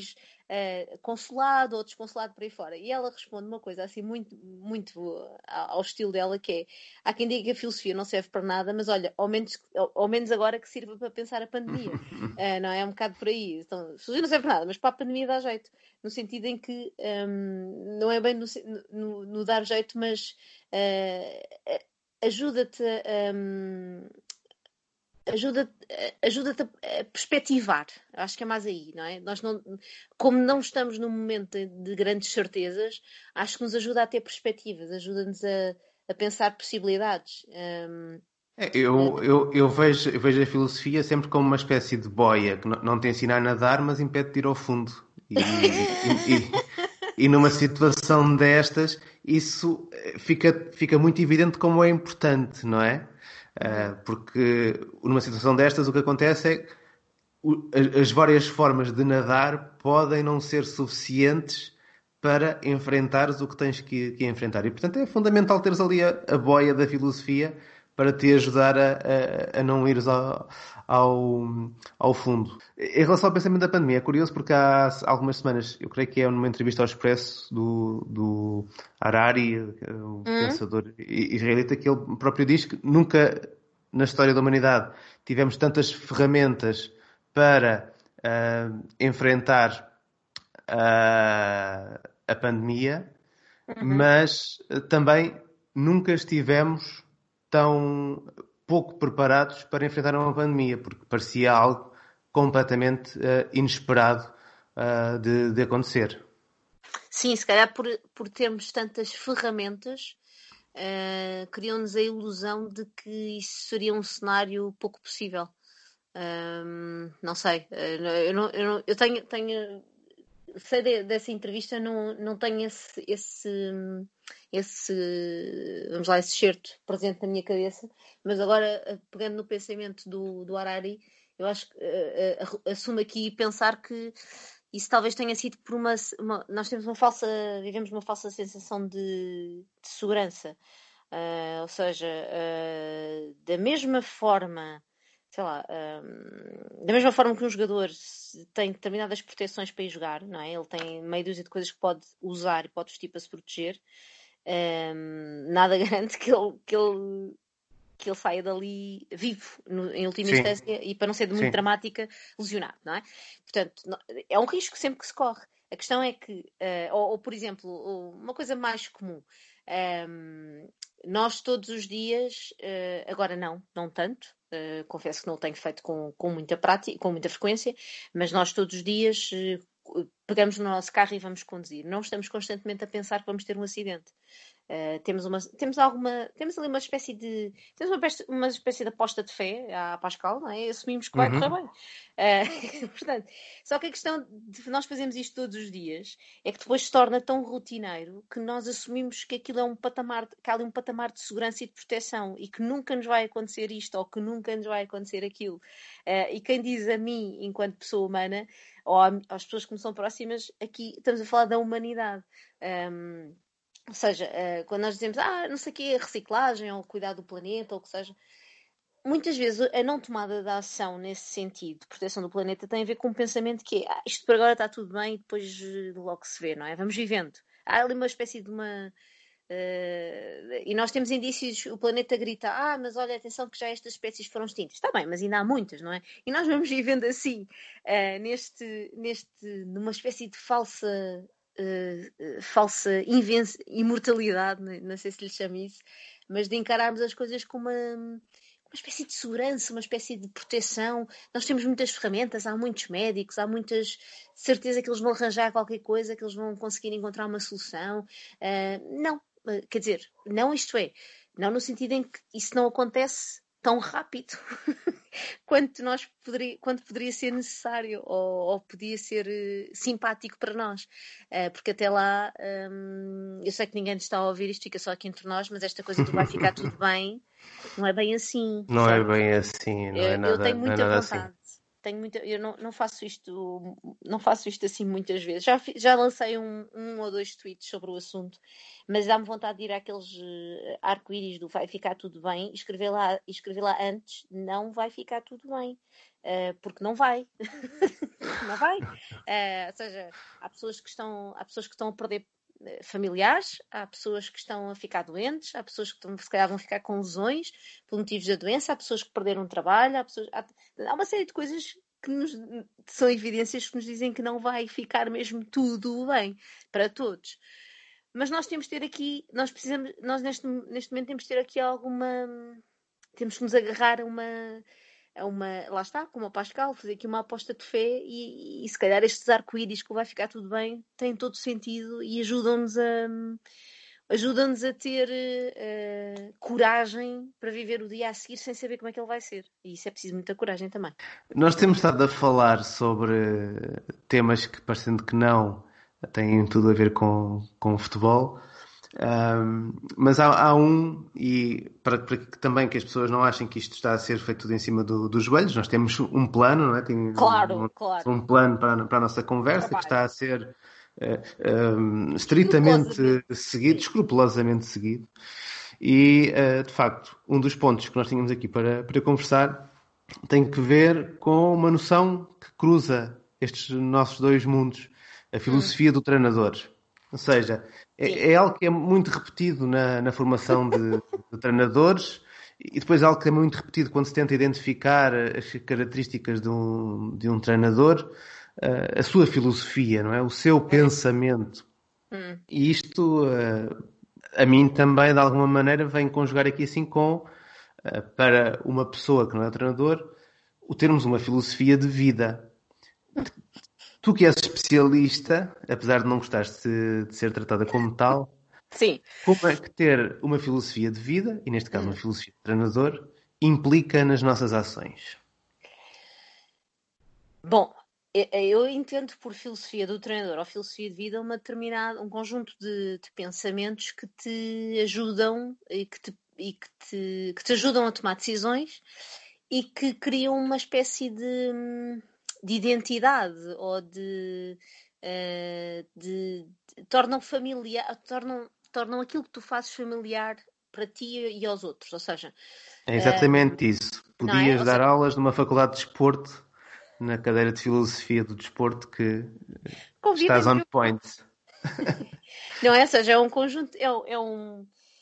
[SPEAKER 4] uh, consolado ou desconsolado por aí fora. E ela responde uma coisa assim muito, muito ao estilo dela, que é: há quem diga que a filosofia não serve para nada, mas olha, ao menos, ao, ao menos agora que sirva para pensar a pandemia. Uh, não é? É um bocado por aí. Então, a filosofia não serve para nada, mas para a pandemia dá jeito. No sentido em que um, não é bem no, no, no dar jeito, mas uh, ajuda-te a... Um, ajuda, ajuda-te a perspectivar. Acho que é mais aí, não é? Nós não, como não estamos num momento de grandes certezas, acho que nos ajuda a ter perspectivas, ajuda-nos a, a pensar possibilidades. Um,
[SPEAKER 3] É, eu, eu, eu, vejo, eu vejo a filosofia sempre como uma espécie de boia que não, não te ensina a nadar, mas impede de ir ao fundo. E, e, e, e numa situação destas, isso fica, fica muito evidente como é importante, não é? Uh, porque numa situação destas o que acontece é que o, as, as várias formas de nadar podem não ser suficientes para enfrentares o que tens que, que enfrentar. E portanto é fundamental teres ali a, a boia da filosofia para te ajudar a, a, a não ires ao, ao, ao fundo. Em relação ao pensamento da pandemia, é curioso porque há algumas semanas, eu creio que é numa entrevista ao Expresso do, do Harari, um hum. pensador israelita, que ele próprio diz que nunca na história da humanidade tivemos tantas ferramentas para uh, enfrentar uh, a pandemia, uhum. mas também nunca estivemos tão pouco preparados para enfrentar uma pandemia, porque parecia algo completamente uh, inesperado uh, de, de acontecer.
[SPEAKER 4] Sim, se calhar por, por termos tantas ferramentas, uh, criou-nos a ilusão de que isso seria um cenário pouco possível. Um, não sei, eu, não, eu, não, eu tenho, tenho sei de, dessa entrevista, não, não tenho esse, esse, esse, vamos lá, esse certo presente na minha cabeça, mas agora, pegando no pensamento do, do Harari, eu acho que uh, uh, assumo aqui pensar que isso talvez tenha sido por uma, uma nós temos uma falsa, vivemos uma falsa sensação de, de segurança, uh, ou seja, uh, da mesma forma, sei lá, um, da mesma forma que um jogador tem determinadas proteções para ir jogar, não é? Ele tem meia dúzia de coisas que pode usar e pode vestir para se proteger. Um, nada garante que ele, que, ele, que ele saia dali vivo, no, em última Sim. instância, e para não ser de muito Sim. dramática, lesionado, não é? Portanto, não, é um risco sempre que se corre. A questão é que, uh, ou, ou por exemplo, uma coisa mais comum, um, nós todos os dias, uh, agora não, não tanto, Uh, confesso que não o tenho feito com, com muita prática, com muita frequência, mas nós todos os dias uh, pegamos no nosso carro e vamos conduzir. Não estamos constantemente a pensar que vamos ter um acidente. Uh, temos, uma, temos, alguma, temos ali uma espécie de temos uma, uma espécie de aposta de fé à Pascal, não é? Assumimos que vai uhum. correr bem. Uh, portanto, só que a questão de nós fazermos isto todos os dias é que depois se torna tão rotineiro que nós assumimos que aquilo é um patamar, que há ali um patamar de segurança e de proteção e que nunca nos vai acontecer isto ou que nunca nos vai acontecer aquilo. Uh, e quem diz a mim, enquanto pessoa humana, ou às pessoas que me são próximas, aqui estamos a falar da humanidade. Um, Ou seja, quando nós dizemos, ah, não sei o que, reciclagem ou cuidar do planeta, ou o que seja, muitas vezes a não tomada da ação nesse sentido de proteção do planeta tem a ver com um pensamento que é, ah, isto por agora está tudo bem e depois logo se vê, não é? Vamos vivendo. Há ali uma espécie de uma... Uh, e nós temos indícios, o planeta grita, ah, mas olha, atenção que já estas espécies foram extintas. Está bem, mas ainda há muitas, não é? E nós vamos vivendo assim, uh, neste, neste, numa espécie de falsa... Uh, uh, falsa inven- imortalidade, não sei se lhe chama isso, mas de encararmos as coisas com uma, uma espécie de segurança, uma espécie de proteção. Nós temos muitas ferramentas, há muitos médicos, há muitas certeza que eles vão arranjar qualquer coisa, que eles vão conseguir encontrar uma solução. Uh, não, uh, quer dizer, não isto é, não no sentido em que isso não acontece tão rápido quanto, nós poderia, quanto poderia ser necessário ou, ou podia ser uh, simpático para nós, uh, porque até lá um, eu sei que ninguém está a ouvir isto, fica só aqui entre nós, mas esta coisa do vai ficar tudo bem não é bem assim,
[SPEAKER 3] não
[SPEAKER 4] sabe?
[SPEAKER 3] é bem assim, não
[SPEAKER 4] eu,
[SPEAKER 3] é nada,
[SPEAKER 4] eu tenho muita
[SPEAKER 3] não é nada
[SPEAKER 4] vontade
[SPEAKER 3] assim.
[SPEAKER 4] tenho muita, eu não, não faço isto, não faço isto assim muitas vezes. Já, já lancei um, um ou dois tweets sobre o assunto, mas dá-me vontade de ir àqueles uh, arco-íris do vai ficar tudo bem e escrever lá, escrever lá antes, não vai ficar tudo bem. Uh, porque não vai. Não vai. Uh, ou seja, há pessoas que estão, há pessoas que estão a perder familiares, há pessoas que estão a ficar doentes, há pessoas que estão, se calhar vão ficar com lesões por motivos da doença, há pessoas que perderam o trabalho, há, pessoas, há, há uma série de coisas que nos, são evidências que nos dizem que não vai ficar mesmo tudo bem para todos. Mas nós temos de ter aqui, nós precisamos, nós neste, neste momento temos de ter aqui alguma, temos que nos agarrar a uma a uma, lá está, como o Pascal, fazer aqui uma aposta de fé e, e se calhar estes arco-íris que vai ficar tudo bem têm todo sentido e ajudam-nos a ajudam-nos a ter uh, coragem para viver o dia a seguir sem saber como é que ele vai ser. E isso é preciso muita coragem também.
[SPEAKER 3] Nós temos estado a falar sobre temas que, parecendo que não, têm tudo a ver com, com o futebol. Um, mas há, há um, e para, para que também que as pessoas não achem que isto está a ser feito tudo em cima do, dos joelhos, nós temos um plano, não é? Tem
[SPEAKER 4] claro,
[SPEAKER 3] um,
[SPEAKER 4] claro.
[SPEAKER 3] um plano para, para a nossa conversa que está a ser uh, um, estritamente seguido, escrupulosamente seguido. E, uh, de facto, um dos pontos que nós tínhamos aqui para, para conversar tem que ver com uma noção que cruza estes nossos dois mundos, a filosofia hum. do treinador. Ou seja, é, é algo que é muito repetido na, na formação de, de treinadores e depois algo que é muito repetido quando se tenta identificar as características de um, de um treinador, a sua filosofia, não é? O seu pensamento.
[SPEAKER 4] Hum.
[SPEAKER 3] E isto, a mim também, de alguma maneira, vem conjugar aqui assim com, para uma pessoa que não é treinador, o termos uma filosofia de vida. Tu que és especialista, apesar de não gostares de, de ser tratada como tal,
[SPEAKER 4] sim.
[SPEAKER 3] Como é que ter uma filosofia de vida, e neste caso uma filosofia de treinador, implica nas nossas ações?
[SPEAKER 4] Bom, eu entendo por filosofia do treinador ou filosofia de vida uma determinada, um conjunto de, de pensamentos que te ajudam e, que te, e que, te, que te ajudam a tomar decisões e que criam uma espécie de... de identidade ou de, uh, de, de tornam familiar, tornam, tornam aquilo que tu fazes familiar para ti e aos outros, ou seja...
[SPEAKER 3] É exatamente
[SPEAKER 4] um,
[SPEAKER 3] isso. Podias
[SPEAKER 4] é?
[SPEAKER 3] dar
[SPEAKER 4] seja,
[SPEAKER 3] aulas numa faculdade de desporto, na cadeira de filosofia do desporto, que estás on point.
[SPEAKER 4] Não é? Ou seja, é um conjunto, é, é um...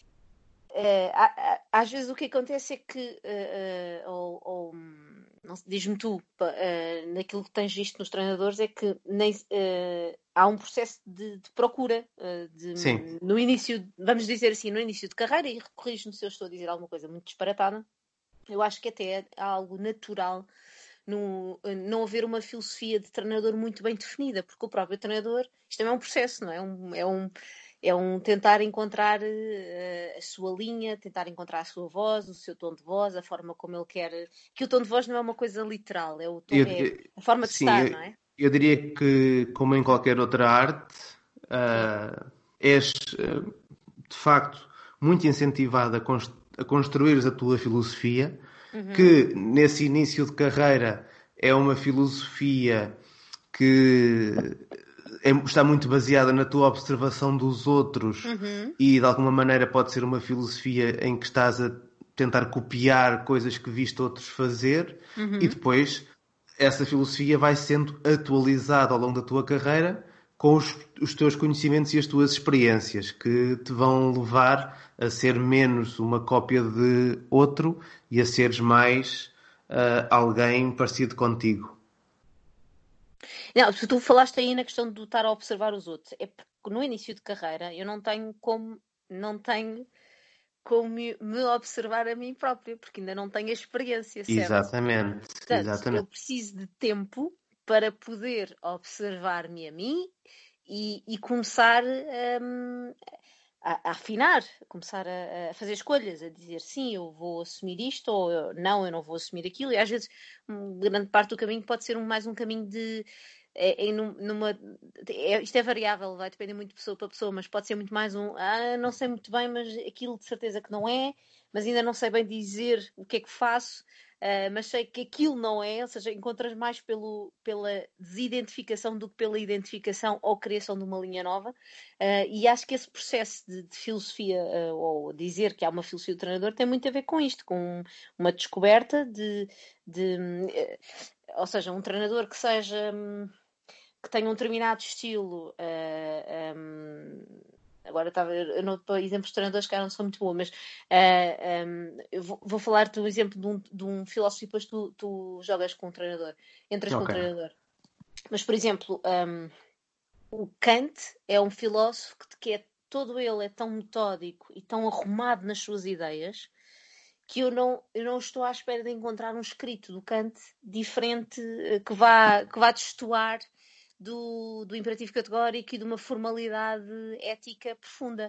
[SPEAKER 4] É, às vezes o que acontece é que uh, uh, ou, ou diz-me tu, uh, naquilo que tens visto nos treinadores, é que nem, uh, há um processo de, de procura uh, de,
[SPEAKER 3] Sim.
[SPEAKER 4] no início, vamos dizer assim, no início de carreira, e corrijo-me se eu estou a dizer alguma coisa muito disparatada, eu acho que até é algo natural no, não haver uma filosofia de treinador muito bem definida, porque o próprio treinador, isto também é um processo, não é? Um, é um É um tentar encontrar uh, a sua linha, tentar encontrar a sua voz, o seu tom de voz, a forma como ele quer... Que o tom de voz não é uma coisa literal, é, o tom,
[SPEAKER 3] eu,
[SPEAKER 4] é a forma de
[SPEAKER 3] sim,
[SPEAKER 4] estar,
[SPEAKER 3] eu,
[SPEAKER 4] não é?
[SPEAKER 3] Eu diria que, como em qualquer outra arte, uh, és, uh, de facto, muito incentivado a, const a construires a tua filosofia, uhum. que, nesse início de carreira, é uma filosofia que... está muito baseada na tua observação dos outros
[SPEAKER 4] uhum.
[SPEAKER 3] e de alguma maneira pode ser uma filosofia em que estás a tentar copiar coisas que viste outros fazer
[SPEAKER 4] uhum.
[SPEAKER 3] e depois essa filosofia vai sendo atualizada ao longo da tua carreira com os, os teus conhecimentos e as tuas experiências que te vão levar a ser menos uma cópia de outro e a seres mais uh, alguém parecido contigo.
[SPEAKER 4] Não, se tu falaste aí na questão de estar a observar os outros, é porque no início de carreira eu não tenho como, não tenho como me, me observar a mim própria, porque ainda não tenho a experiência, certo?
[SPEAKER 3] Exatamente.
[SPEAKER 4] Portanto,
[SPEAKER 3] exatamente.
[SPEAKER 4] eu preciso de tempo para poder observar-me a mim e, e começar um, a, a afinar, a começar a, a fazer escolhas, a dizer sim, eu vou assumir isto ou eu, não, eu não vou assumir aquilo. E às vezes, um, grande parte do caminho pode ser um, mais um caminho de... É, é numa, é, isto é variável, vai depender muito de pessoa para pessoa, mas pode ser muito mais um ah, não sei muito bem, mas aquilo de certeza que não é, mas ainda não sei bem dizer o que é que faço, Uh, mas sei que aquilo não é, ou seja, encontras mais pelo, pela desidentificação do que pela identificação ou criação de uma linha nova. Uh, e acho que esse processo de, de filosofia, uh, ou dizer que há uma filosofia do treinador, tem muito a ver com isto, com uma descoberta de. de uh, ou seja, um treinador que seja. Um, que tenha um determinado estilo. Uh, um, Agora estava, eu não estou exemplos de treinadores que não são muito bons, mas uh, um, eu vou, vou falar do exemplo de um, de um filósofo e depois tu, tu jogas com um treinador, entras okay. com um treinador. Mas, por exemplo, um, o Kant é um filósofo que, que é todo ele é tão metódico e tão arrumado nas suas ideias que eu não, eu não estou à espera de encontrar um escrito do Kant diferente que vá, que vá destoar Do, do imperativo categórico e de uma formalidade ética profunda.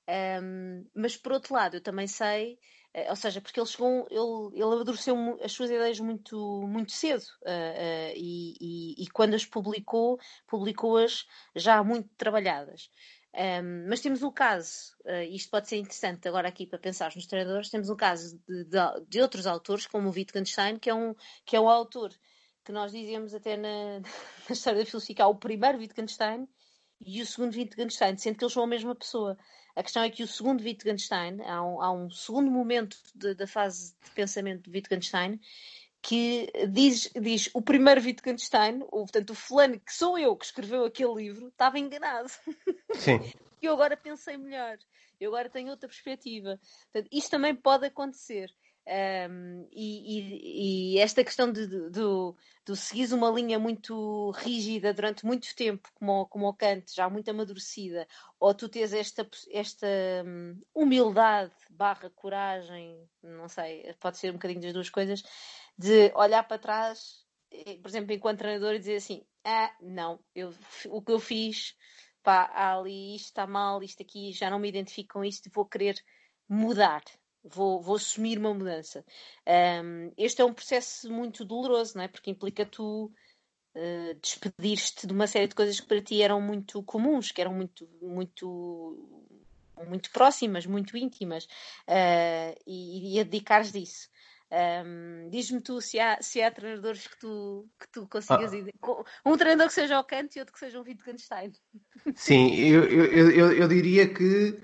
[SPEAKER 4] Um, mas, por outro lado, eu também sei, uh, ou seja, porque ele chegou, ele, ele amadureceu as suas ideias muito, muito cedo uh, uh, e, e, e quando as publicou, publicou-as já muito trabalhadas. Um, mas temos o caso, uh, isto pode ser interessante agora aqui para pensar nos treinadores, temos o caso de, de, de outros autores, como o Wittgenstein, que é um, que é um autor que nós dizemos até na, na história da filosofia, que há o primeiro Wittgenstein e o segundo Wittgenstein, sendo que eles são a mesma pessoa. A questão é que o segundo Wittgenstein, há um, há um segundo momento de, da fase de pensamento de Wittgenstein, que diz, diz o primeiro Wittgenstein, ou, portanto, o fulano que sou eu que escreveu aquele livro, estava enganado.
[SPEAKER 3] Sim.
[SPEAKER 4] E eu agora pensei melhor. Eu agora tenho outra perspectiva. Portanto, isto também pode acontecer. Um, e, e, e esta questão de, de, de, de seguir uma linha muito rígida durante muito tempo, como, como o Kant, já muito amadurecida, ou tu tens esta, esta um, humildade barra coragem, não sei, pode ser um bocadinho das duas coisas, de olhar para trás, por exemplo, enquanto treinador, e dizer assim, ah, não, eu, o que eu fiz, pá, ali, isto está mal, isto aqui, já não me identifico com isto, vou querer mudar. Vou, vou assumir uma mudança. Um, este é um processo muito doloroso, não é? Porque implica tu uh, despedir-te de uma série de coisas que para ti eram muito comuns, que eram muito, muito, muito próximas, muito íntimas, uh, e, e a dedicares disso. Um, diz-me tu se há, se há treinadores que tu, que tu consigas... Ah. Um treinador que seja o Kant e outro que seja o Wittgenstein.
[SPEAKER 3] Sim, eu, eu, eu, eu diria que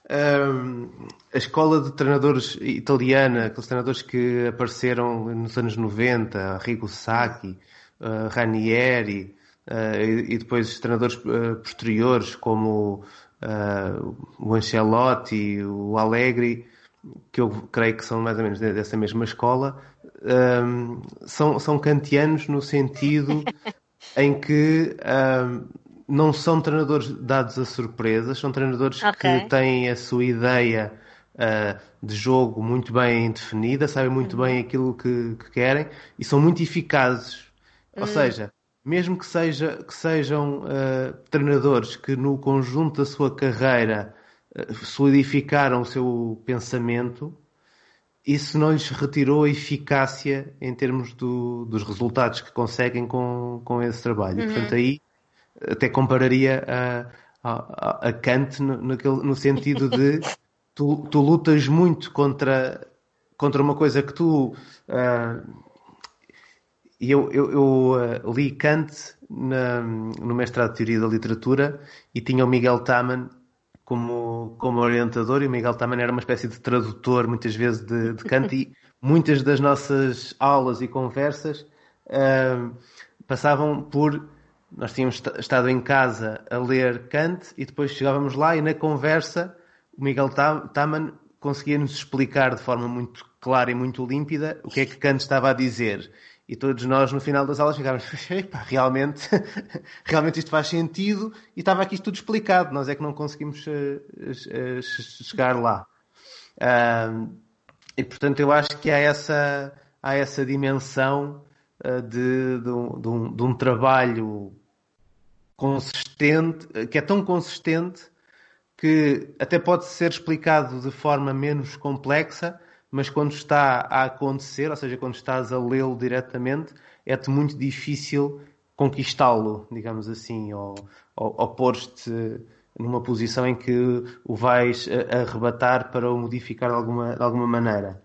[SPEAKER 3] Um, a escola de treinadores italiana, aqueles treinadores que apareceram nos anos noventa, Arrigo Sacchi, uh, Ranieri, uh, e, e depois treinadores uh, posteriores como uh, o Ancelotti, o Allegri, que eu creio que são mais ou menos dessa mesma escola, um, são, são kantianos no sentido em que um, não são treinadores dados a surpresas, são treinadores okay. que têm a sua ideia uh, de jogo muito bem definida, sabem muito uhum. bem aquilo que, que querem e são muito eficazes. Uhum. Ou seja, mesmo que, seja, que sejam uh, treinadores que no conjunto da sua carreira uh, solidificaram o seu pensamento, isso não lhes retirou a eficácia em termos do, dos resultados que conseguem com, com esse trabalho. Uhum. Portanto, aí até compararia a, a, a Kant no, naquele, no sentido de tu, tu lutas muito contra, contra uma coisa que tu... Uh, eu eu, eu uh, li Kant na, no mestrado de Teoria da Literatura e tinha o Miguel Taman como, como orientador, e o Miguel Taman era uma espécie de tradutor muitas vezes de, de Kant, e muitas das nossas aulas e conversas uh, passavam por... Nós tínhamos estado em casa a ler Kant e depois chegávamos lá e na conversa o Miguel Taman conseguia-nos explicar de forma muito clara e muito límpida o que é que Kant estava a dizer. E todos nós no final das aulas ficávamos, realmente, realmente isto faz sentido e estava aqui isto tudo explicado. Nós é que não conseguimos uh, uh, chegar lá. Uh, e portanto eu acho que há essa, há essa dimensão uh, de, de, um, de, um, de um trabalho consistente, que é tão consistente que até pode ser explicado de forma menos complexa, mas quando está a acontecer, ou seja, quando estás a lê-lo diretamente, é-te muito difícil conquistá-lo, digamos assim, ou, ou, ou pôr-te numa posição em que o vais arrebatar para o modificar de alguma, de alguma maneira.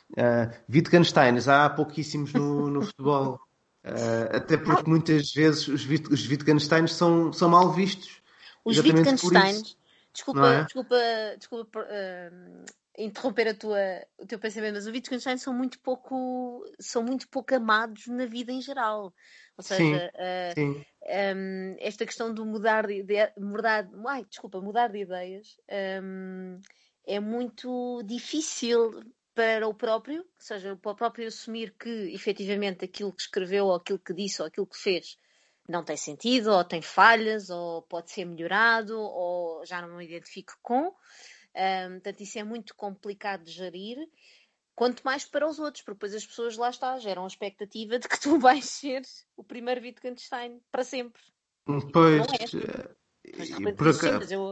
[SPEAKER 3] Uh, Wittgensteins há pouquíssimos no, no futebol. Uh, até porque muitas vezes os, Witt, os Wittgensteins são, são mal vistos.
[SPEAKER 4] Os
[SPEAKER 3] Exatamente por isso.
[SPEAKER 4] Wittgensteins,
[SPEAKER 3] Não
[SPEAKER 4] desculpa,
[SPEAKER 3] é?
[SPEAKER 4] desculpa, desculpa uh, interromper a tua, o teu pensamento, mas os Wittgensteins são muito pouco, são muito pouco amados na vida em geral. Ou
[SPEAKER 3] Sim,
[SPEAKER 4] seja, uh,
[SPEAKER 3] sim.
[SPEAKER 4] um, esta questão do mudar de ideia, mudar, ai, desculpa, mudar de ideias um, é muito difícil para o próprio, ou seja, para o próprio assumir que efetivamente aquilo que escreveu, ou aquilo que disse, ou aquilo que fez não tem sentido, ou tem falhas, ou pode ser melhorado, ou já não me identifico com. Um, portanto, isso é muito complicado de gerir, quanto mais para os outros, porque depois as pessoas lá está, geram a expectativa de que tu vais ser o primeiro Wittgenstein para sempre.
[SPEAKER 3] Pois,
[SPEAKER 4] Não é. Mas de repente
[SPEAKER 3] por
[SPEAKER 4] dizes, sim,
[SPEAKER 3] acaso,
[SPEAKER 4] mas eu,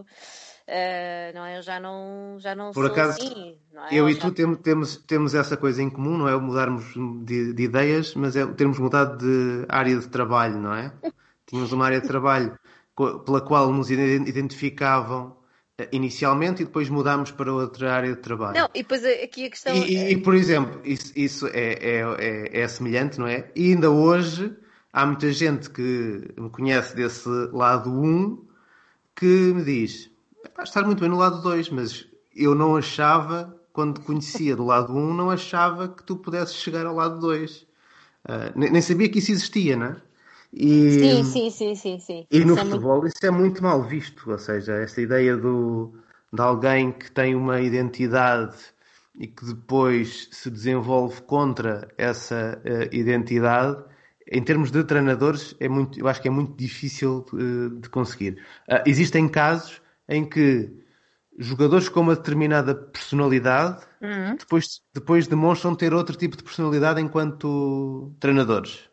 [SPEAKER 4] uh, não é, eu já não, já não
[SPEAKER 3] por
[SPEAKER 4] sou
[SPEAKER 3] acaso
[SPEAKER 4] assim, não é?
[SPEAKER 3] eu
[SPEAKER 4] Ou
[SPEAKER 3] e
[SPEAKER 4] já...
[SPEAKER 3] tu temos, temos, temos essa coisa em comum, não é o mudarmos de, de ideias, mas é termos mudado de área de trabalho, não é? Tínhamos uma área de trabalho pela qual nos identificavam inicialmente e depois mudámos para outra área de trabalho.
[SPEAKER 4] Não, e depois aqui a questão...
[SPEAKER 3] E, e, e, por exemplo, isso, isso é, é, é, é semelhante, não é? E ainda hoje há muita gente que me conhece desse lado um que me diz: estás muito bem no lado dois, mas eu não achava, quando te conhecia do lado um, não achava que tu pudesses chegar ao lado dois. Uh, nem, nem sabia que isso existia, não é? E,
[SPEAKER 4] Sim, sim, sim, sim, sim.
[SPEAKER 3] e no
[SPEAKER 4] Isso é muito...
[SPEAKER 3] futebol isso é muito mal visto, ou seja, essa ideia do, de alguém que tem uma identidade e que depois se desenvolve contra essa uh, identidade, em termos de treinadores, é muito, eu acho que é muito difícil uh, de conseguir. Uh, existem casos em que jogadores com uma determinada personalidade
[SPEAKER 4] Uhum.
[SPEAKER 3] depois, depois demonstram ter outro tipo de personalidade enquanto treinadores.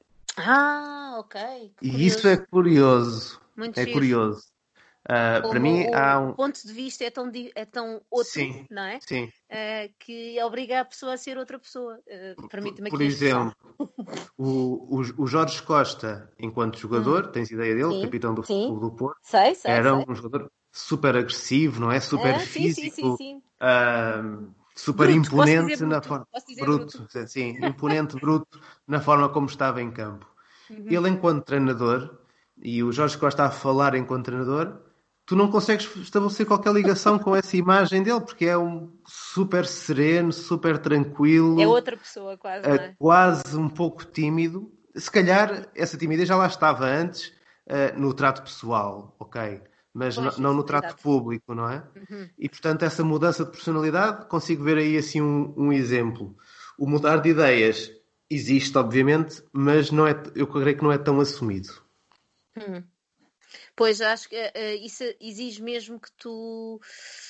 [SPEAKER 4] Ah, ok. Que
[SPEAKER 3] E isso é
[SPEAKER 4] curioso.
[SPEAKER 3] curioso.
[SPEAKER 4] Muito
[SPEAKER 3] É
[SPEAKER 4] giro.
[SPEAKER 3] curioso. Uh, para
[SPEAKER 4] Como
[SPEAKER 3] mim há
[SPEAKER 4] o
[SPEAKER 3] um.
[SPEAKER 4] ponto de vista é tão, di- é tão outro,
[SPEAKER 3] Sim,
[SPEAKER 4] não é?
[SPEAKER 3] sim.
[SPEAKER 4] Uh, que obriga a pessoa a ser outra pessoa. Uh,
[SPEAKER 3] Por,
[SPEAKER 4] permite-me
[SPEAKER 3] por
[SPEAKER 4] aqui a expressão.
[SPEAKER 3] exemplo, o, o, o Jorge Costa, enquanto
[SPEAKER 4] Hum,
[SPEAKER 3] jogador, tens ideia dele,
[SPEAKER 4] sim,
[SPEAKER 3] capitão do
[SPEAKER 4] sim.
[SPEAKER 3] Futebol do Porto,
[SPEAKER 4] Sei, sei,
[SPEAKER 3] era
[SPEAKER 4] sei.
[SPEAKER 3] um jogador super agressivo, não é? Super
[SPEAKER 4] Ah, sim, sim, sim,
[SPEAKER 3] físico,
[SPEAKER 4] sim.
[SPEAKER 3] uh, super
[SPEAKER 4] Bruto, posso dizer
[SPEAKER 3] imponente na
[SPEAKER 4] bruto.
[SPEAKER 3] forma.
[SPEAKER 4] Posso dizer bruto.
[SPEAKER 3] Bruto, sim, imponente, bruto, na forma como estava em campo.
[SPEAKER 4] Uhum.
[SPEAKER 3] Ele, enquanto treinador, e o Jorge Costa a falar enquanto treinador, tu não consegues estabelecer qualquer ligação com essa imagem dele, porque é um super sereno, super
[SPEAKER 4] É
[SPEAKER 3] tranquilo,
[SPEAKER 4] outra pessoa, quase, não
[SPEAKER 3] uh,
[SPEAKER 4] é?
[SPEAKER 3] quase um pouco tímido. Se calhar essa timidez já lá estava antes, uh, no trato pessoal, ok? Mas
[SPEAKER 4] Pois,
[SPEAKER 3] não no trato
[SPEAKER 4] exato.
[SPEAKER 3] público, não é?
[SPEAKER 4] Uhum.
[SPEAKER 3] E portanto, essa mudança de personalidade, consigo ver aí assim um, um exemplo. O mudar de ideias existe, obviamente, mas não é, eu creio que não é tão assumido.
[SPEAKER 4] Uhum. Pois, acho que uh, isso exige mesmo que tu...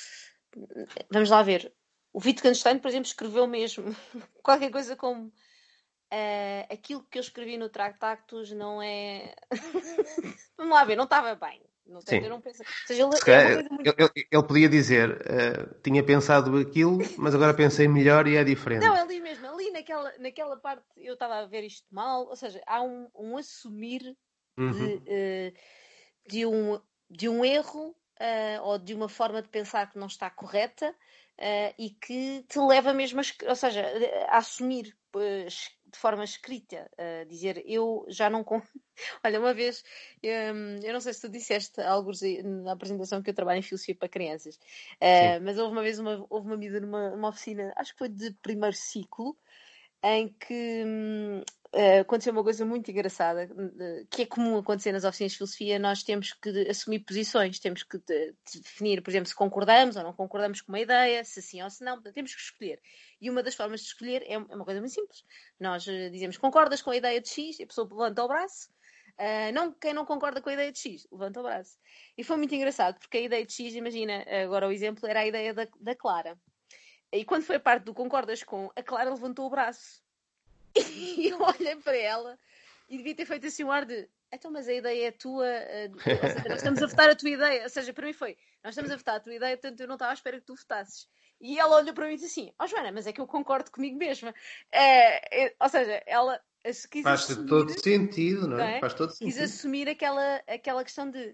[SPEAKER 4] Vamos lá ver. O Wittgenstein, por exemplo, escreveu mesmo qualquer coisa como uh, aquilo que eu escrevi no Tractactus não é... Vamos lá ver, não estava bem. Não sei, eu
[SPEAKER 3] Sim.
[SPEAKER 4] não penso... Ou seja, ele,
[SPEAKER 3] Se
[SPEAKER 4] é uma
[SPEAKER 3] calhar,
[SPEAKER 4] coisa muito...
[SPEAKER 3] ele, ele- ele podia dizer, uh, tinha pensado aquilo, mas agora pensei melhor e é
[SPEAKER 4] Não,
[SPEAKER 3] diferente.
[SPEAKER 4] ali mesmo, ali naquela, naquela parte eu estava a ver isto mal, ou seja, há um, um assumir de,
[SPEAKER 3] Uhum.
[SPEAKER 4] uh, de, um, de um erro uh, ou de uma forma de pensar que não está correta uh, e que te leva mesmo a, ou seja, a assumir uh, de forma escrita, uh, dizer eu já não... Olha, uma vez, um, eu não sei se tu disseste algo na apresentação que eu trabalho em filosofia para crianças,
[SPEAKER 3] Sim.
[SPEAKER 4] uh, mas houve uma vez uma, houve uma miúda numa, numa oficina, acho que foi de primeiro ciclo, em que hum, uh, aconteceu uma coisa muito engraçada, uh, que é comum acontecer nas oficinas de filosofia. Nós temos que assumir posições, temos que de, de definir, por exemplo, se concordamos ou não concordamos com uma ideia, se sim ou se não, portanto, temos que escolher. E uma das formas de escolher é uma coisa muito simples. Nós uh, dizemos, concordas com a ideia de X? E a pessoa levanta o braço. Uh, não, quem não concorda com a ideia de X, levanta o braço. E foi muito engraçado, porque a ideia de X, imagina, agora o exemplo era a ideia da, da Clara. E quando foi a parte do concordas com, a Clara levantou o braço. E eu olhei para ela e devia ter feito assim um ar de então, mas a ideia é tua, uh, ou seja, nós estamos a votar a tua ideia. Ou seja, para mim foi, nós estamos a votar a tua ideia, portanto eu não estava à espera que tu votasses. E ela olhou para mim e disse assim, ó oh, Joana, mas é que eu concordo comigo mesma. É, é, ou seja, ela quis
[SPEAKER 3] Faz
[SPEAKER 4] assumir,
[SPEAKER 3] todo sentido, não
[SPEAKER 4] não
[SPEAKER 3] é?
[SPEAKER 4] é?
[SPEAKER 3] Faz todo
[SPEAKER 4] Quis
[SPEAKER 3] sentido.
[SPEAKER 4] assumir aquela, aquela questão de, não,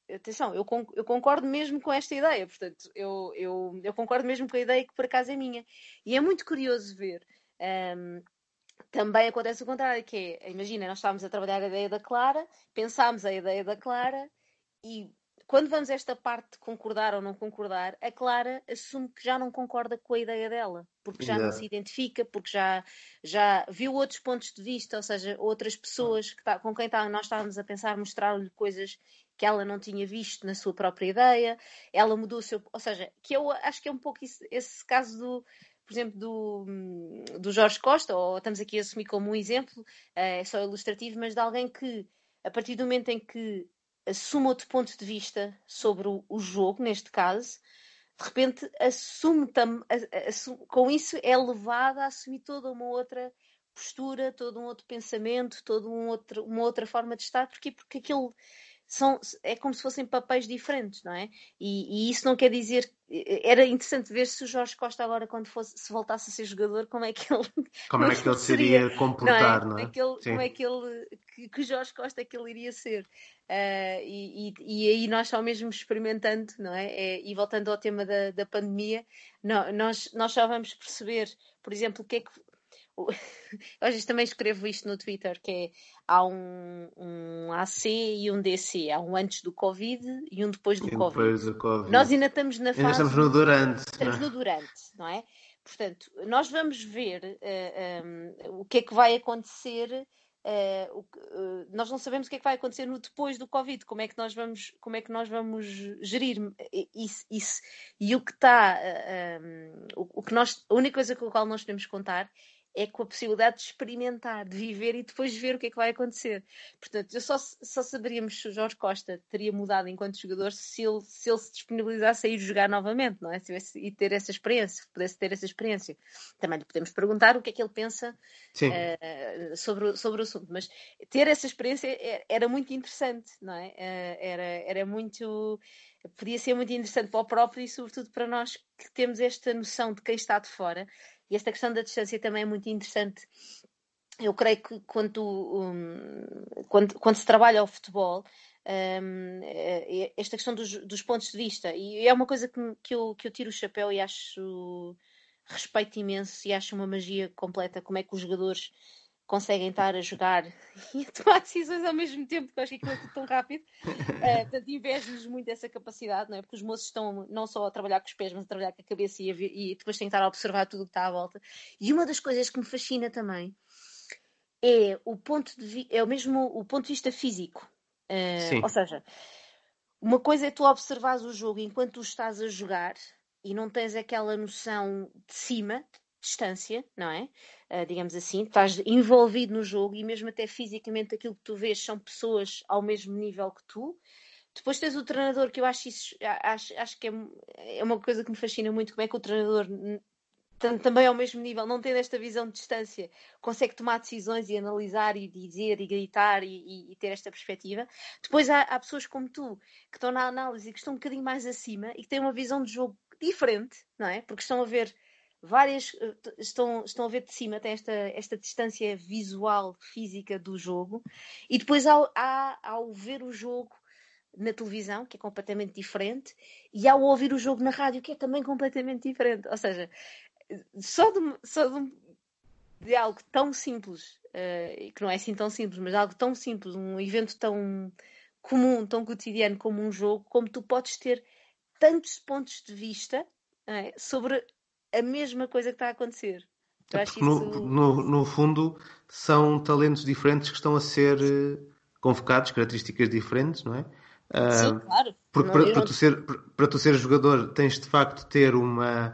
[SPEAKER 4] atenção, eu, con- eu concordo mesmo com esta ideia, portanto, eu, eu, eu concordo mesmo com a ideia que por acaso é minha. E é muito curioso ver. hum, Também acontece o contrário, que é, imagina, nós estávamos a trabalhar a ideia da Clara, pensámos a ideia da Clara e quando vamos a esta parte de concordar ou não concordar, a Clara assume que já não concorda com a ideia dela, porque já não se
[SPEAKER 3] Exato.
[SPEAKER 4] identifica, porque já, já viu outros pontos de vista, ou seja, outras pessoas que tá- com quem tá- nós estávamos a pensar mostrar-lhe coisas que ela não tinha visto na sua própria ideia, ela mudou o seu... Ou seja, que eu acho que é um pouco isso- esse caso do por exemplo, do, do Jorge Costa, ou estamos aqui a assumir como um exemplo, é só ilustrativo, mas de alguém que, a partir do momento em que assume outro ponto de vista sobre o, o jogo, neste caso, de repente assume, tam, assume com isso é levada a assumir toda uma outra postura, todo um outro pensamento, toda um outro, uma outra forma de estar. Porquê? Porque aquilo são, é como se fossem papéis diferentes, não é? E, e isso não quer dizer... Era interessante ver se o Jorge Costa agora, quando fosse, se voltasse a ser jogador, como é que ele,
[SPEAKER 3] Como
[SPEAKER 4] como é
[SPEAKER 3] é
[SPEAKER 4] que
[SPEAKER 3] que
[SPEAKER 4] ele
[SPEAKER 3] ele
[SPEAKER 4] seria,
[SPEAKER 3] seria
[SPEAKER 4] não é?
[SPEAKER 3] comportar, não
[SPEAKER 4] Como é
[SPEAKER 3] é?
[SPEAKER 4] que ele, como
[SPEAKER 3] Sim.
[SPEAKER 4] é que ele, que, que o Jorge Costa é que ele iria ser? Uh, e, e, e aí nós só mesmo experimentando, não é? É, e voltando ao tema da, da pandemia, não, nós, nós só vamos perceber, por exemplo, o que é que... Às vezes também escrevo isto no Twitter, que é, há um, um A C e um D C, há um antes do Covid e um depois do
[SPEAKER 3] E
[SPEAKER 4] Covid.
[SPEAKER 3] depois do
[SPEAKER 4] Nós
[SPEAKER 3] Covid.
[SPEAKER 4] ainda estamos na
[SPEAKER 3] Ainda estamos
[SPEAKER 4] fase
[SPEAKER 3] no
[SPEAKER 4] do...
[SPEAKER 3] durante, não
[SPEAKER 4] Estamos
[SPEAKER 3] é?
[SPEAKER 4] no durante, não é? Portanto, nós vamos ver uh, um, o que é que vai acontecer. Uh, o que, uh, nós não sabemos o que é que vai acontecer no depois do Covid, como é que nós vamos, como é que nós vamos gerir isso, isso. E o que está, uh, um, o, o que nós, a única coisa com a qual nós podemos contar é com a possibilidade de experimentar, de viver e depois ver o que é que vai acontecer. Portanto, eu só, só saberíamos se o Jorge Costa teria mudado enquanto jogador se ele se, ele se disponibilizasse a ir jogar novamente, não é? Se tivesse, e ter essa experiência, pudesse ter essa experiência. Também lhe podemos perguntar o que é que ele pensa uh, sobre, sobre o assunto, mas ter essa experiência era muito interessante, não é? Uh, era, era muito... Podia ser muito interessante para o próprio e sobretudo para nós que temos esta noção de quem está de fora. E esta questão da distância também é muito interessante. Eu creio que quando, um, quando, quando se trabalha ao futebol, um, esta questão dos, dos pontos de vista, e é uma coisa que, que, eu, que eu tiro o chapéu e acho respeito imenso e acho uma magia completa, como é que os jogadores conseguem estar a jogar e a tomar decisões ao mesmo tempo, que eu acho que aquilo é tudo tão rápido. Uh, portanto, invejo-lhes muito essa capacidade, não é? Porque os moços estão não só a trabalhar com os pés, mas a trabalhar com a cabeça e, a ver, e depois têm que estar a observar tudo o que está à volta. E uma das coisas que me fascina também é o ponto de vi- é o mesmo o ponto de vista físico. Uh, ou seja, uma coisa é tu observares o jogo enquanto tu estás a jogar e não tens aquela noção de cima, distância, não é? Uh, digamos assim, estás envolvido no jogo e mesmo até fisicamente aquilo que tu vês são pessoas ao mesmo nível que tu. Depois tens o treinador, que eu acho isso, acho, acho que é, é uma coisa que me fascina muito, como é que o treinador, também ao mesmo nível, não tendo esta visão de distância, consegue tomar decisões e analisar e dizer e gritar e, e, e ter esta perspectiva. Depois há, há pessoas como tu, que estão na análise e que estão um bocadinho mais acima e que têm uma visão de jogo diferente, não é? Porque estão a ver várias, estão, estão a ver de cima, tem esta, esta distância visual, física do jogo, e depois ao, há, ao ver o jogo na televisão, que é completamente diferente, e ao ouvir o jogo na rádio, que é também completamente diferente. Ou seja, só de, só de, de algo tão simples, uh, que não é assim tão simples, mas algo tão simples, um evento tão comum, tão cotidiano como um jogo, como tu podes ter tantos pontos de vista uh, sobre a mesma coisa que está a acontecer.
[SPEAKER 3] É porque isso... no, no, no fundo são talentos diferentes que estão a ser convocados, características diferentes, não é?
[SPEAKER 4] Sim,
[SPEAKER 3] uh,
[SPEAKER 4] claro.
[SPEAKER 3] Porque para, para, tu ser, para tu ser jogador tens de facto ter uma,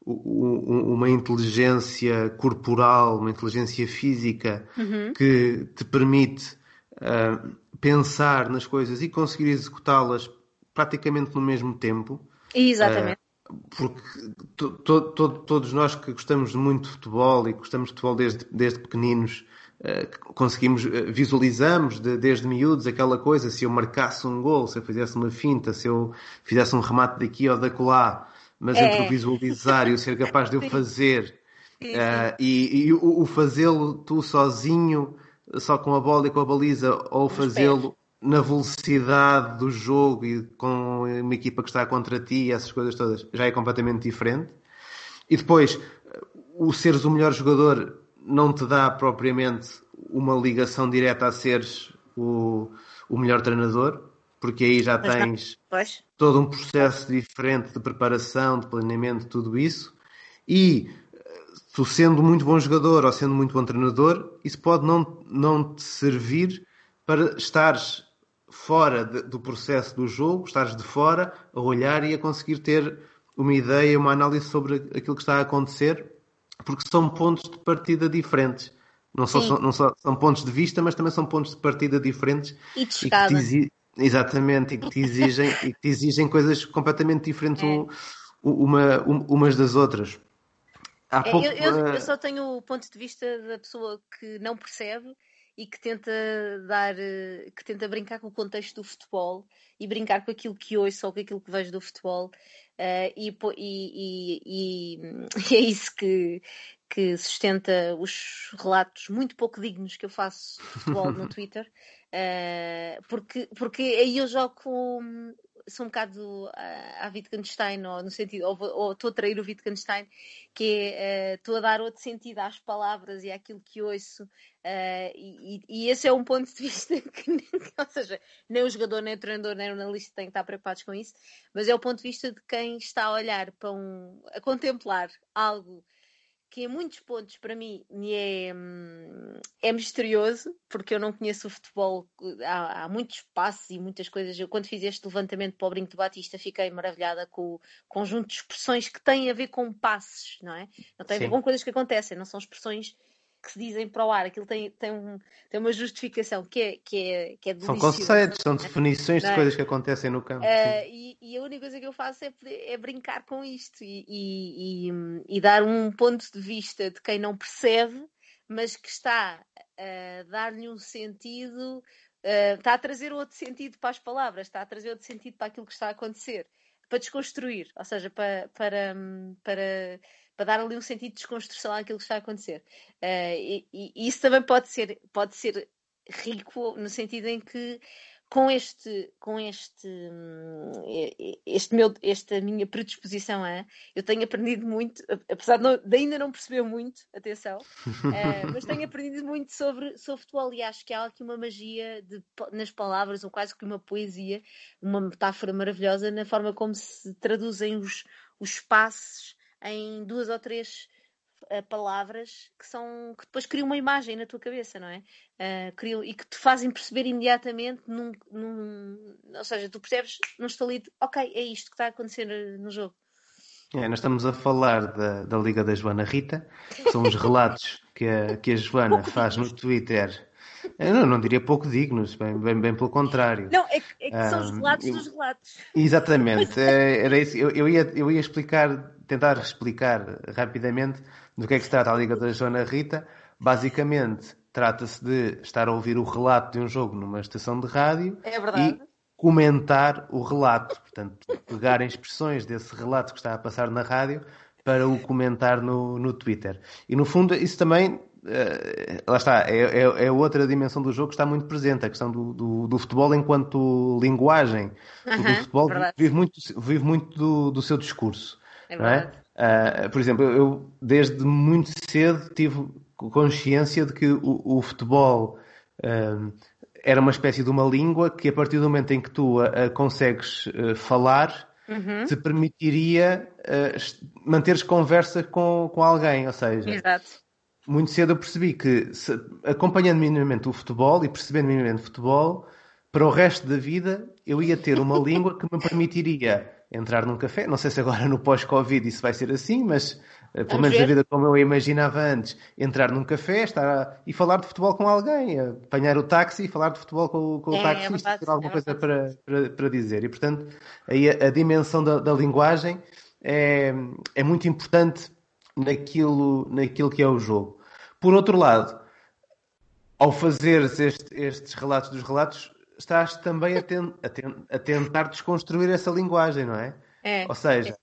[SPEAKER 3] uma inteligência corporal, uma inteligência física
[SPEAKER 4] uhum.
[SPEAKER 3] que te permite uh, pensar nas coisas e conseguir executá-las praticamente no mesmo tempo.
[SPEAKER 4] Exatamente.
[SPEAKER 3] Uh, porque to, to, to, todos nós que gostamos muito de futebol e gostamos de futebol desde, desde pequeninos, uh, conseguimos, uh, visualizamos de, desde miúdos aquela coisa, se eu marcasse um gol, se eu fizesse uma finta, se eu fizesse um remate daqui ou dacolá, mas é. entre o visualizar e o ser capaz de o fazer
[SPEAKER 4] sim, sim.
[SPEAKER 3] Uh, e, e o, o fazê-lo tu sozinho, só com a bola e com a baliza, ou fazê-lo na velocidade do jogo e com uma equipa que está contra ti e essas coisas todas, já é completamente diferente. E depois, o seres o melhor jogador não te dá propriamente uma ligação direta a seres o, o melhor treinador, porque aí já
[SPEAKER 4] Pois
[SPEAKER 3] tens
[SPEAKER 4] Pois.
[SPEAKER 3] todo um processo diferente de preparação, de planeamento, tudo isso. E tu sendo muito bom jogador ou sendo muito bom treinador, isso pode não, não te servir para estares fora de, do processo do jogo, estares de fora a olhar e a conseguir ter uma ideia, uma análise sobre aquilo que está a acontecer, porque são pontos de partida diferentes. Não só, são, não só são pontos de vista, mas também são pontos de partida diferentes.
[SPEAKER 4] E de
[SPEAKER 3] E que te
[SPEAKER 4] escada.
[SPEAKER 3] exi... Exatamente, e que te exigem, e que te exigem coisas completamente diferentes
[SPEAKER 4] É.
[SPEAKER 3] um, uma, um, umas das outras. Há
[SPEAKER 4] É,
[SPEAKER 3] pouco,
[SPEAKER 4] eu, eu,
[SPEAKER 3] uh,
[SPEAKER 4] eu só tenho o ponto de vista da pessoa que não percebe e que tenta dar, eh, que tenta brincar com o contexto do futebol e brincar com aquilo que ouço ou com aquilo que vejo do futebol, eh, e, po- e- e- e- e é isso que, que sustenta os relatos muito pouco dignos que eu faço de futebol no Twitter, eh, porque, porque aí eu jogo com, sou um bocado à, à Wittgenstein, ou no sentido, ou, vou- ou estou a trair o Wittgenstein, que é, eh, estou a dar outro sentido às palavras e àquilo que ouço, eh, e, e- e esse é um ponto de vista que, nem- ou seja, nem o jogador, nem o treinador, nem o analista têm que estar preocupados com isso, mas é o ponto de vista de quem está a olhar para um, a contemplar algo que em muitos pontos para mim me é, hum, é misterioso, porque eu não conheço o futebol, há, há muitos passos e muitas coisas. Eu, quando fiz este levantamento para o Brinco de Batista, fiquei maravilhada com o conjunto de expressões que têm a ver com passos, não é? Não tem a ver
[SPEAKER 3] sim.
[SPEAKER 4] com coisas que acontecem, não são expressões que se dizem para o ar. Aquilo tem, tem, um, tem uma justificação que é, que é, que é
[SPEAKER 3] São
[SPEAKER 4] deliciosa,
[SPEAKER 3] conceitos, são definições
[SPEAKER 4] não
[SPEAKER 3] de
[SPEAKER 4] é?
[SPEAKER 3] coisas que acontecem no campo. Sim.
[SPEAKER 4] Uh, e, e a única coisa que eu faço é, poder- é brincar com isto e, e- e- e dar um ponto de vista de quem não percebe, mas que está a dar-lhe um sentido, uh, está a trazer outro sentido para as palavras, está a trazer outro sentido para aquilo que está a acontecer, para desconstruir, ou seja, para, para, para, para dar ali um sentido de desconstrução àquilo que está a acontecer. Uh, e, e isso também pode ser, pode ser rico no sentido em que com este, com este, este meu, esta minha predisposição a, eu tenho aprendido muito, apesar de, não, de ainda não perceber muito, atenção, uh, mas tenho aprendido muito sobre, sobre futebol e acho que há aqui uma magia de, nas palavras, ou quase que uma poesia, uma metáfora maravilhosa na forma como se traduzem os, os passos em duas ou três uh, palavras que são que depois criam uma imagem na tua cabeça, não é? Uh, criam, e que te fazem perceber imediatamente num, num, ou seja, tu percebes num estalito, ok, é isto que está a acontecer no jogo.
[SPEAKER 3] É, nós estamos a falar da, da Liga da Joana Rita, são os relatos que a, que a Joana
[SPEAKER 4] Pouco
[SPEAKER 3] faz
[SPEAKER 4] dignos.
[SPEAKER 3] no Twitter. Eu não, não diria pouco dignos, bem, bem, bem pelo contrário.
[SPEAKER 4] Não, é que, é que são os
[SPEAKER 3] Um,
[SPEAKER 4] relatos
[SPEAKER 3] eu-
[SPEAKER 4] dos relatos.
[SPEAKER 3] Exatamente, é, era isso. Eu, eu ia, eu ia explicar, tentar explicar rapidamente do que é que se trata a Liga da Joana Rita. Basicamente, trata-se de estar a ouvir o relato de um jogo numa estação de rádio
[SPEAKER 4] É
[SPEAKER 3] e
[SPEAKER 4] verdade.
[SPEAKER 3] comentar o relato. Portanto, pegar em expressões desse relato que está a passar na rádio para o comentar no, no Twitter. E no fundo, isso também, eh, lá está, é, é, é outra dimensão do jogo que está muito presente, a questão do, do, do futebol enquanto linguagem. Porque o
[SPEAKER 4] Aham,
[SPEAKER 3] futebol
[SPEAKER 4] verdade.
[SPEAKER 3] vive muito, vive muito do, do seu discurso,
[SPEAKER 4] É
[SPEAKER 3] não é?
[SPEAKER 4] verdade.
[SPEAKER 3] Ah, por exemplo, eu desde muito cedo tive consciência de que o, o futebol ahm, era uma espécie de uma língua que, a partir do momento em que tu a, a consegues eh, falar,
[SPEAKER 4] Uhum,
[SPEAKER 3] te permitiria eh, est- manteres conversa com, com alguém. Ou seja,
[SPEAKER 4] exato.
[SPEAKER 3] muito cedo eu percebi que, se- acompanhando minimamente o futebol e percebendo minimamente o futebol, para o resto da vida eu ia ter uma língua que me permitiria entrar num café. Não sei se agora no pós-Covid isso vai ser assim, mas eh, pelo
[SPEAKER 4] Vamos
[SPEAKER 3] menos na
[SPEAKER 4] ver.
[SPEAKER 3] vida como eu a imaginava antes, entrar num café estar a- e falar de futebol com alguém, apanhar o táxi e falar de futebol com, o- com o
[SPEAKER 4] É, é
[SPEAKER 3] taxista,
[SPEAKER 4] verdade.
[SPEAKER 3] ter
[SPEAKER 4] É
[SPEAKER 3] alguma coisa
[SPEAKER 4] verdade.
[SPEAKER 3] para, para, para dizer. E portanto, aí a, a dimensão da, da linguagem é, é muito importante naquilo, naquilo que é o jogo. Por outro lado, ao fazeres este- estes relatos dos relatos, estás também a, ten- a ten- a tentar desconstruir essa linguagem, não é?
[SPEAKER 4] É.
[SPEAKER 3] Ou seja,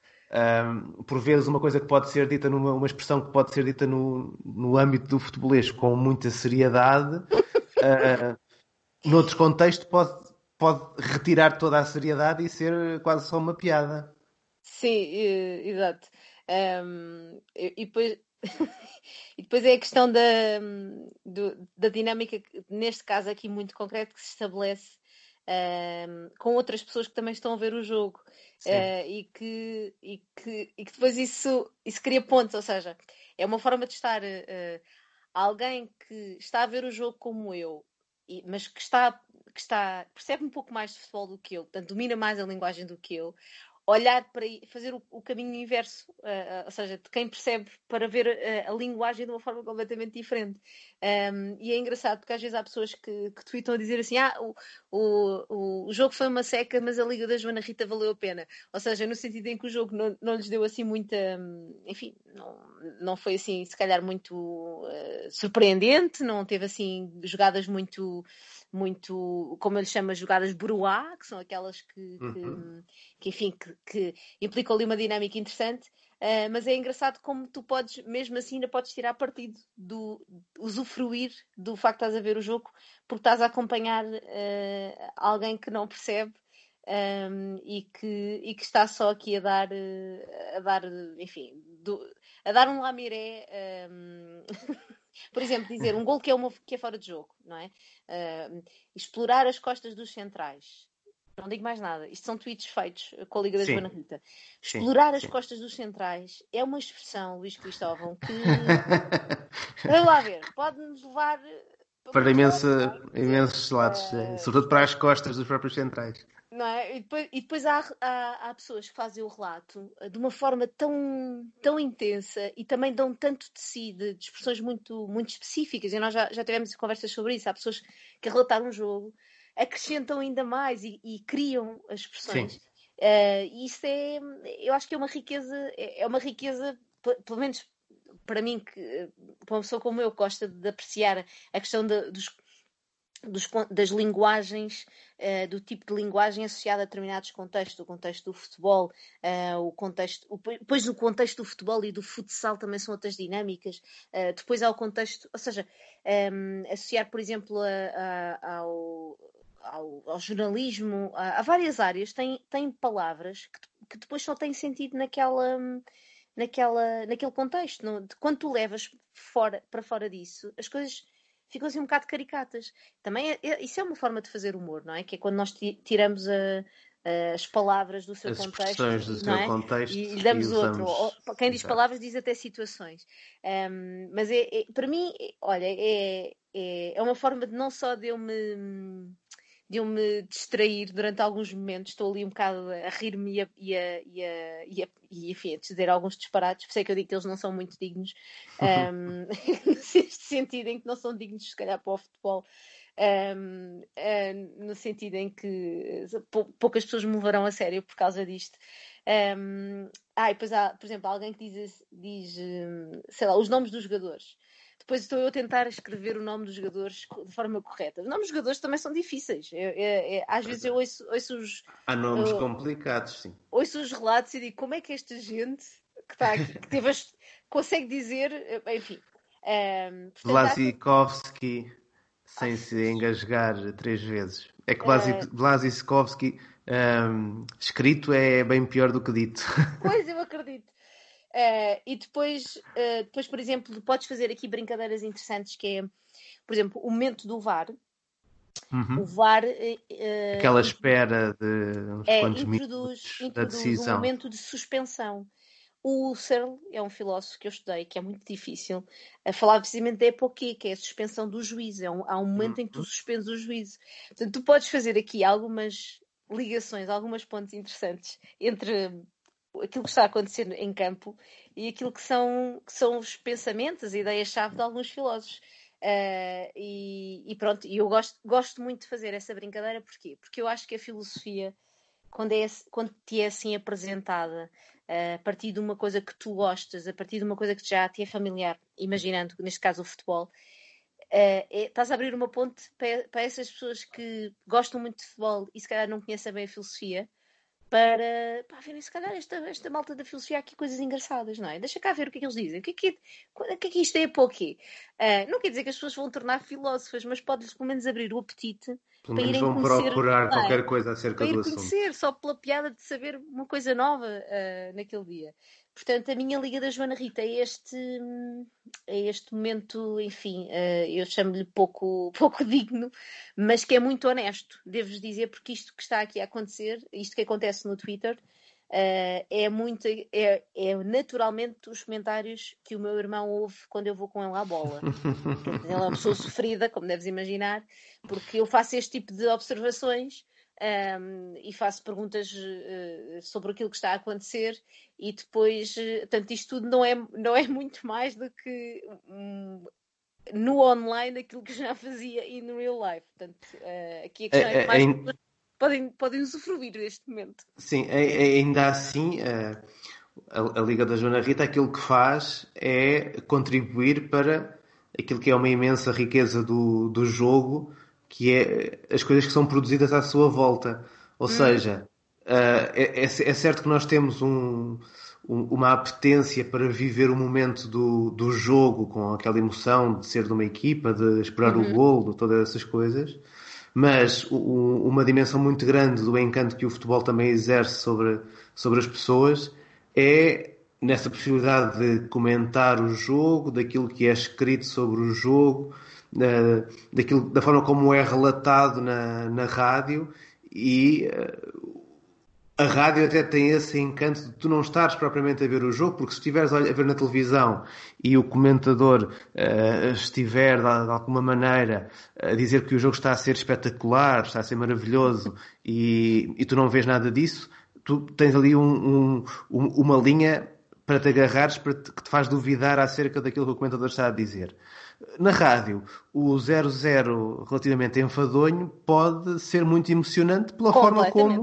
[SPEAKER 3] ahm, por vezes uma coisa que pode ser dita numa uma expressão que pode ser dita no, no âmbito do futebolês com muita seriedade, ah, noutro contexto pode, pode retirar toda a seriedade e ser quase só uma piada.
[SPEAKER 4] Sim, eh, exato. Um, e, e depois, e depois é a questão da, do- da dinâmica, que, neste caso aqui muito concreto, que se estabelece um, com outras pessoas que também estão a ver o jogo.
[SPEAKER 3] Sim.
[SPEAKER 4] Uh, e, que, e, que, e que depois isso, isso cria pontos, ou seja, é uma forma de estar uh, alguém que está a ver o jogo como eu, e- mas que está, que está, percebe um pouco mais de futebol do que eu, portanto, domina mais a linguagem do que eu, olhar para aí, fazer o, o caminho inverso, uh, uh, ou seja, de quem percebe para ver uh, a linguagem de uma forma completamente diferente. Um, e é engraçado porque às vezes há pessoas que, que tweetam a dizer assim: ah, o, o, o jogo foi uma seca, mas a Liga da Joana Rita valeu a pena. Ou seja, no sentido em que o jogo não, não lhes deu assim muita. Enfim, não, não foi assim, se calhar, muito uh, surpreendente, não teve assim jogadas muito. Muito, como ele chama, jogadas bruá, que são aquelas que, que,
[SPEAKER 3] Uhum.
[SPEAKER 4] que enfim, que, que implicam ali uma dinâmica interessante. Uh, mas é engraçado como tu podes, mesmo assim, ainda podes tirar partido do usufruir do facto de estás a ver o jogo, porque estás a acompanhar uh, alguém que não percebe um, e, que, e que está só aqui a dar, uh, a dar enfim, do, a dar um lamiré. Um... Por exemplo, dizer um gol que é, uma, que é fora de jogo, não é? Uh, explorar as costas dos centrais. Não digo mais nada. Isto são tweets feitos com a Liga da Joana
[SPEAKER 3] Sim,
[SPEAKER 4] Rita.
[SPEAKER 3] sim,
[SPEAKER 4] Explorar as
[SPEAKER 3] sim.
[SPEAKER 4] costas dos centrais é uma expressão, Luís Cristóvão, que... Vamos lá ver. Pode-nos levar para
[SPEAKER 3] Para
[SPEAKER 4] muitos lados,
[SPEAKER 3] imensa,
[SPEAKER 4] não é? Quer dizer,
[SPEAKER 3] imensos lados, é.
[SPEAKER 4] uh,
[SPEAKER 3] Sobretudo para
[SPEAKER 4] portanto,
[SPEAKER 3] as costas dos próprios centrais.
[SPEAKER 4] não é? E depois, e depois há, há, há pessoas que fazem o relato de uma forma tão, tão intensa e também dão tanto de si, de, de expressões muito, muito específicas. E nós já, já tivemos conversas sobre isso. Há pessoas que, a relatar um jogo, acrescentam ainda mais e, e criam as
[SPEAKER 3] Sim.
[SPEAKER 4] expressões. Uh, e isso é, eu acho que é uma riqueza, é uma riqueza, pelo menos para mim, que para uma pessoa como eu, que gosta de apreciar a questão de, dos Dos, das linguagens, uh, do tipo de linguagem associada a determinados contextos, o contexto do futebol, uh, o contexto, o, depois o contexto do futebol e do futsal também são outras dinâmicas, uh, depois há o contexto, ou seja, um, associar, por exemplo, a, a, ao, ao, ao jornalismo, a, a várias áreas, tem, tem palavras que, que depois só têm sentido naquela, naquela, naquele contexto. Não? Quando tu levas fora, para fora disso, as coisas ficam assim um bocado caricatas. Também é, é, isso é uma forma de fazer humor, não é? Que é quando nós tiramos a, a, as palavras do seu
[SPEAKER 3] As
[SPEAKER 4] contexto,
[SPEAKER 3] expressões do
[SPEAKER 4] não
[SPEAKER 3] seu
[SPEAKER 4] é?
[SPEAKER 3] contexto
[SPEAKER 4] E, e
[SPEAKER 3] e
[SPEAKER 4] damos outro. Ou,
[SPEAKER 3] usamos.
[SPEAKER 4] quem diz
[SPEAKER 3] Exato.
[SPEAKER 4] palavras diz até situações. Um, mas é, é, para mim, é, olha, é, é, é uma forma de não só de eu me de eu me distrair durante alguns momentos, estou ali um bocado a rir-me e a, e, a, e, a, e, a, e enfim, a dizer alguns disparates, por isso é que eu digo que eles não são muito dignos, um, neste sentido em que não são dignos, se calhar, para o futebol, um, um, no sentido em que poucas pessoas me levarão a sério por causa disto. Um, ah, e depois há, por exemplo, alguém que diz, diz sei lá, os nomes dos jogadores. Depois estou eu a tentar escrever o nome dos jogadores de forma correta. Os nomes dos jogadores também são difíceis. Eu, eu, eu, às vezes eu ouço, ouço, os,
[SPEAKER 3] Há nomes
[SPEAKER 4] eu,
[SPEAKER 3] complicados, sim.
[SPEAKER 4] ouço os relatos e digo como é que esta gente que está aqui, que teve as, consegue dizer, enfim. Um, portanto, há...
[SPEAKER 3] Vlasikovski,
[SPEAKER 4] Ai,
[SPEAKER 3] sem se engasgar três vezes. É que
[SPEAKER 4] uh,
[SPEAKER 3] Vlasikovski um, escrito é bem pior do que dito.
[SPEAKER 4] pois, eu acredito. Uh, e depois, uh, depois, por exemplo, podes fazer aqui brincadeiras interessantes que é, por exemplo, o momento do V A R.
[SPEAKER 3] Uhum.
[SPEAKER 4] O V A R uh,
[SPEAKER 3] Aquela
[SPEAKER 4] introduz,
[SPEAKER 3] espera de uns
[SPEAKER 4] é,
[SPEAKER 3] quantos
[SPEAKER 4] introduz,
[SPEAKER 3] minutos da
[SPEAKER 4] introduz um
[SPEAKER 3] decisão.
[SPEAKER 4] momento de suspensão. O Husserl é um filósofo que eu estudei, que é muito difícil, a falar precisamente da epoquê, que é a suspensão do juízo. É um, há um momento em que tu
[SPEAKER 3] Uhum.
[SPEAKER 4] suspendes o juízo. Portanto, tu podes fazer aqui algumas ligações, algumas pontes interessantes entre aquilo que está a acontecer em campo e aquilo que são, que são os pensamentos, as ideias-chave de alguns filósofos. Uh, e, e pronto, e eu gosto, gosto muito de fazer essa brincadeira, porquê? Porque eu acho que a filosofia, quando, é, quando te é assim apresentada, uh, a partir de uma coisa que tu gostas, a partir de uma coisa que já te é familiar, imaginando, neste caso, o futebol, uh, é, estás a abrir uma ponte para, para essas pessoas que gostam muito de futebol e se calhar não conhecem bem a filosofia, para, para verem se calhar esta, esta malta da filosofia há aqui coisas engraçadas, não é? Deixa cá ver o que é que eles dizem. O que é que, o que, é que isto é para o quê? Uh, não quer dizer que as pessoas vão tornar filósofas, mas pode-lhes pelo menos abrir o apetite
[SPEAKER 3] Pelo
[SPEAKER 4] para
[SPEAKER 3] menos
[SPEAKER 4] irem
[SPEAKER 3] vão
[SPEAKER 4] conhecer,
[SPEAKER 3] procurar
[SPEAKER 4] não é?
[SPEAKER 3] qualquer coisa acerca
[SPEAKER 4] Para
[SPEAKER 3] do
[SPEAKER 4] ir
[SPEAKER 3] assunto.
[SPEAKER 4] conhecer, só pela piada de saber uma coisa nova uh, naquele dia. Portanto, a minha Liga da Joana Rita é este, é este momento, enfim, uh, eu chamo-lhe pouco, pouco digno, mas que é muito honesto, devo-vos dizer, porque isto que está aqui a acontecer, isto que acontece no Twitter, Uh, é muito é, é naturalmente os comentários que o meu irmão ouve quando eu vou com ele à bola. Ele é uma pessoa sofrida, como deves imaginar, porque eu faço este tipo de observações um, e faço perguntas uh, sobre aquilo que está a acontecer e depois, uh, portanto, isto tudo não é, não é muito mais do que um, no online aquilo que já fazia e no real life. Portanto, uh, aqui a questão é, é que mais
[SPEAKER 3] é,
[SPEAKER 4] pessoas podem, podem usufruir deste momento.
[SPEAKER 3] Sim, ainda assim, a, a Liga da Joana Rita aquilo que faz é contribuir para aquilo que é uma imensa riqueza do, do jogo, que é as coisas que são produzidas à sua volta. Ou hum. seja, é, é certo que nós temos um, um, uma apetência para viver o momento do, do jogo, com aquela emoção de ser de uma equipa, de esperar uhum. o golo, todas essas coisas. Mas o, uma dimensão muito grande do encanto que o futebol também exerce sobre, sobre as pessoas é nessa possibilidade de comentar o jogo, daquilo que é escrito sobre o jogo, uh, daquilo, da forma como é relatado na, na rádio e uh, a rádio até tem esse encanto de tu não estares propriamente a ver o jogo, porque se estiveres a ver na televisão e o comentador uh, estiver de, de alguma maneira a dizer que o jogo está a ser espetacular, está a ser maravilhoso e, e tu não vês nada disso, tu tens ali um, um, uma linha para te agarrares para te, que te faz duvidar acerca daquilo que o comentador está a dizer. Na rádio, o zero zero relativamente enfadonho pode ser muito emocionante pela forma como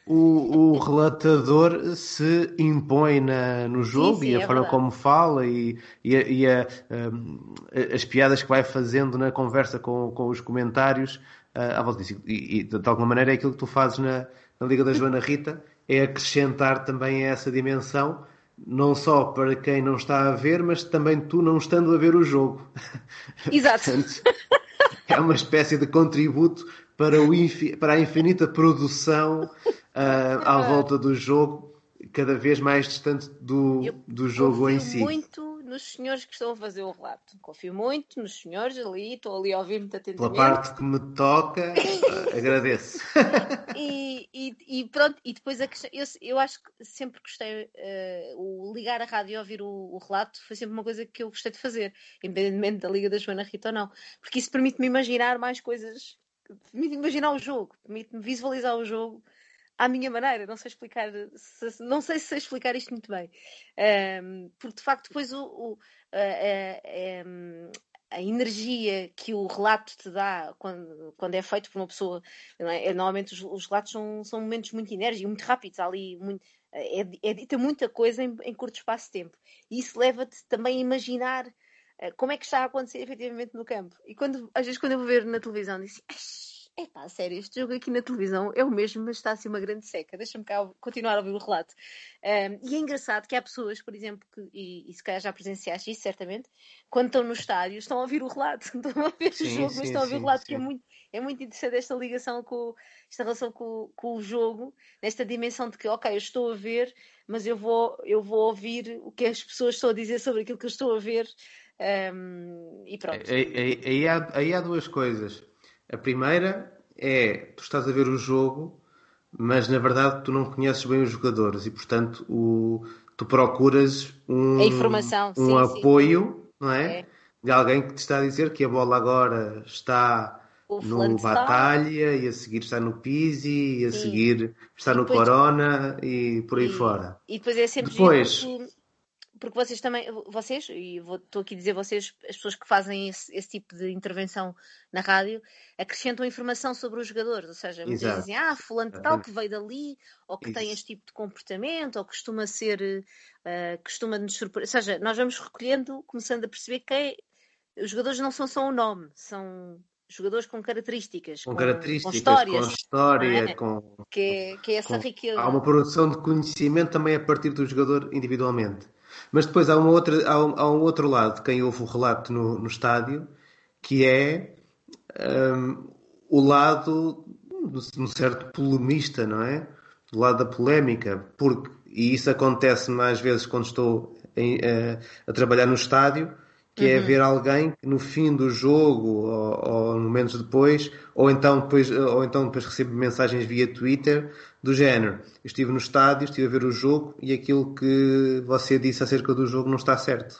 [SPEAKER 3] o, o relatador se impõe na, no jogo, sim, sim, e a é forma verdade. Como fala e, e, a, e a, um, as piadas que vai fazendo na conversa com, com os comentários uh, à volta disso. E, e de alguma maneira é aquilo que tu fazes na, na Liga da Joana Rita, é acrescentar também essa dimensão, não só para quem não está a ver, mas também tu não estando a ver o jogo.
[SPEAKER 4] Exato.
[SPEAKER 3] Portanto, é uma espécie de contributo para, o infi- para a infinita produção uh, à volta do jogo, cada vez mais distante do, do jogo em si.
[SPEAKER 4] Eu confio muito nos senhores que estão a fazer o relato. Confio muito nos senhores ali, estou ali a ouvir muito atentamente.
[SPEAKER 3] Pela parte que me toca, agradeço.
[SPEAKER 4] E, e, e pronto, e depois a questão, eu, eu acho que sempre gostei, uh, o ligar a rádio e ouvir o, o relato foi sempre uma coisa que eu gostei de fazer, independentemente da Liga da Joana Rita ou não, porque isso permite-me imaginar mais coisas, permite-me imaginar o jogo, permite-me visualizar o jogo à minha maneira, não sei explicar, se, não sei se sei explicar isto muito bem, um, porque de facto depois o, o, uh, uh, um, a energia que o relato te dá quando, quando é feito por uma pessoa, não é? Normalmente os, os relatos são, são momentos muito enérgicos, muito rápidos, ali muito, é, é dita muita coisa em, em curto espaço de tempo, e isso leva-te também a imaginar uh, como é que está a acontecer efetivamente no campo, e quando, às vezes quando eu vou ver na televisão digo assim, é pá, sério, este jogo aqui na televisão é o mesmo, mas está assim uma grande seca. Deixa-me cá continuar a ouvir o relato. Um, e é engraçado que há pessoas, por exemplo, que, e, e se calhar já presenciaste isso, certamente, quando estão no estádio, estão a ouvir o relato, estão a ver sim, o jogo, sim, mas estão a ouvir sim, o relato, sim. que é muito, é muito interessante esta ligação, com, esta relação com, com o jogo, nesta dimensão de que, ok, eu estou a ver, mas eu vou, eu vou ouvir o que as pessoas estão a dizer sobre aquilo que eu estou a ver, um, e pronto.
[SPEAKER 3] Aí, aí, aí, há, aí há duas coisas. A primeira é, tu estás a ver o jogo, mas na verdade tu não conheces bem os jogadores e, portanto, o, tu procuras um,
[SPEAKER 4] a informação,
[SPEAKER 3] um
[SPEAKER 4] sim,
[SPEAKER 3] apoio,
[SPEAKER 4] sim.
[SPEAKER 3] Não é?
[SPEAKER 4] É.
[SPEAKER 3] De alguém que te está a dizer que a bola agora está
[SPEAKER 4] o
[SPEAKER 3] no Batalha
[SPEAKER 4] está...
[SPEAKER 3] e a seguir está no Pizzi e a
[SPEAKER 4] sim.
[SPEAKER 3] seguir está
[SPEAKER 4] e
[SPEAKER 3] no
[SPEAKER 4] depois...
[SPEAKER 3] Corona e por aí
[SPEAKER 4] e...
[SPEAKER 3] fora.
[SPEAKER 4] E depois é sempre
[SPEAKER 3] depois...
[SPEAKER 4] giro porque... porque vocês também, vocês, e vou, estou aqui a dizer vocês, as pessoas que fazem esse, esse tipo de intervenção na rádio, acrescentam informação sobre os jogadores, ou seja, muitas vezes dizem, ah, fulano de tal que veio dali, ou que Isso. tem este tipo de comportamento, ou costuma ser, uh, costuma nos surpreender, ou seja, nós vamos recolhendo, começando a perceber que é, os jogadores não são só o nome, são jogadores com características,
[SPEAKER 3] com,
[SPEAKER 4] com,
[SPEAKER 3] características,
[SPEAKER 4] com histórias,
[SPEAKER 3] com história, é?
[SPEAKER 4] com, que, é, que é essa
[SPEAKER 3] com,
[SPEAKER 4] riqueza.
[SPEAKER 3] Há uma produção de conhecimento também a partir do jogador individualmente. Mas depois há, uma outra, há, um, há um outro lado, quem ouve o relato no, no estádio, que é um, o lado, num certo polemista, não é? Do lado da polémica, porque, e isso acontece mais vezes quando estou em, a, a trabalhar no estádio, que é
[SPEAKER 4] Uhum.
[SPEAKER 3] ver alguém que no fim do jogo, ou, ou momentos depois, ou então depois, ou então depois recebe mensagens via Twitter do género: eu estive no estádio, estive a ver o jogo e aquilo que você disse acerca do jogo não está certo.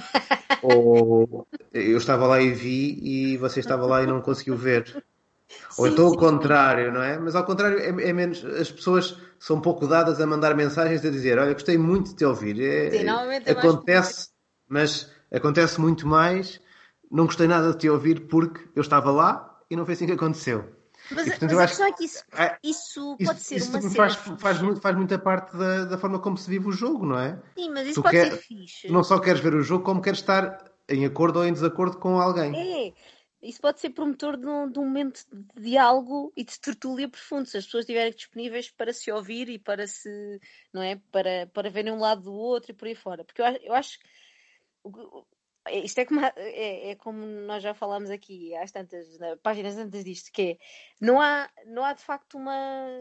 [SPEAKER 3] Ou eu estava lá e vi e você estava lá e não conseguiu ver. Ou
[SPEAKER 4] Sim,
[SPEAKER 3] então o
[SPEAKER 4] sim, sim.
[SPEAKER 3] contrário, não é? Mas ao contrário, é, é menos. As pessoas são pouco dadas a mandar mensagens a dizer: olha, gostei muito de te ouvir.
[SPEAKER 4] Sim,
[SPEAKER 3] É-
[SPEAKER 4] normalmente
[SPEAKER 3] é-
[SPEAKER 4] é mais comunicativo.
[SPEAKER 3] acontece, mas acontece muito mais. Não gostei nada de te ouvir porque eu estava lá e não foi assim que aconteceu.
[SPEAKER 4] Mas,
[SPEAKER 3] E
[SPEAKER 4] a-
[SPEAKER 3] portanto
[SPEAKER 4] mas
[SPEAKER 3] eu
[SPEAKER 4] a
[SPEAKER 3] acho que
[SPEAKER 4] questão é que isso,
[SPEAKER 3] ah,
[SPEAKER 4] isso pode
[SPEAKER 3] isso,
[SPEAKER 4] ser
[SPEAKER 3] isso
[SPEAKER 4] uma
[SPEAKER 3] também
[SPEAKER 4] cena
[SPEAKER 3] faz, faz,
[SPEAKER 4] fixe.
[SPEAKER 3] muito- faz muita parte da, da forma como se vive o jogo, não é?
[SPEAKER 4] Sim, mas isso
[SPEAKER 3] Tu,
[SPEAKER 4] pode ser
[SPEAKER 3] quer, tu não
[SPEAKER 4] fixe.
[SPEAKER 3] só queres ver o jogo, como queres estar em acordo ou em desacordo com alguém.
[SPEAKER 4] É, isso pode ser promotor de um, de um momento de diálogo e de tertúlia profundo, se as pessoas estiverem disponíveis para se ouvir e para se, não é? Para, para verem um lado do outro e por aí fora. Porque eu, acho- eu acho que o- o- é- isto é como, a- é, é como nós já falámos aqui às tantas, na- páginas antes disto, que é, não há, não há de facto uma.